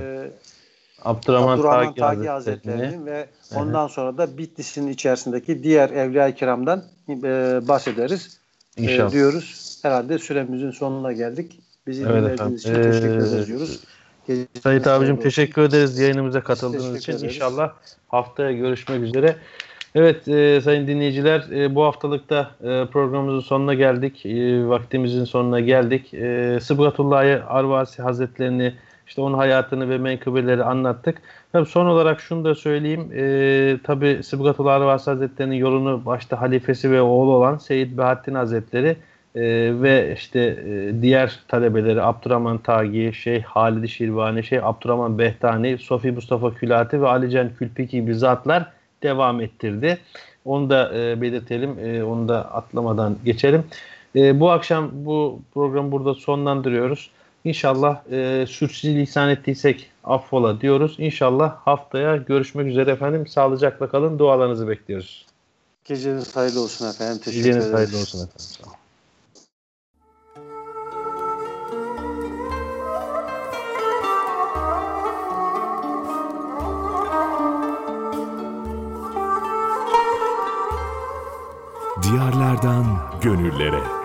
Abdurrahman Tagi Hazretleri'nin
ve ondan sonra da Bitlis'in içerisindeki diğer Evliya-i Kiram'dan bahsederiz diyoruz. Herhalde süremizin sonuna geldik. Bizi dinlediğiniz için teşekkür ederiz diyoruz.
Sayit abicim teşekkür ederiz yayınımıza katıldığınız için. İnşallah haftaya görüşmek üzere. Evet sayın dinleyiciler bu haftalıkta programımızın sonuna geldik. Vaktimizin sonuna geldik. Sıbgatullahi Arvasi Hazretlerini işte onun hayatını ve menkıbeleri anlattık. Tabii son olarak şunu da söyleyeyim. Tabii Sıbgatullahi Arvasi Hazretleri'nin yolunu başta halifesi ve oğlu olan Seyyid Bahattin Hazretleri ve işte diğer talebeleri Abdurrahman Tagi, Şeyh Halid-i Şirvani, Şeyh Abdurrahman Behtani, Sofi Mustafa Külati ve Alican Külpiki gibi zatlar devam ettirdi. Onu da belirtelim. Onu da atlamadan geçelim. Bu akşam bu programı burada sonlandırıyoruz. İnşallah sürçülisan ettiysek affola diyoruz. İnşallah haftaya görüşmek üzere efendim. Sağlıcakla kalın. Dualarınızı bekliyoruz.
Geceniz hayırlı olsun efendim. Teşekkür ederiz.
Geceniz hayırlı olsun efendim. Sağ olun.
Diyarlardan gönüllere.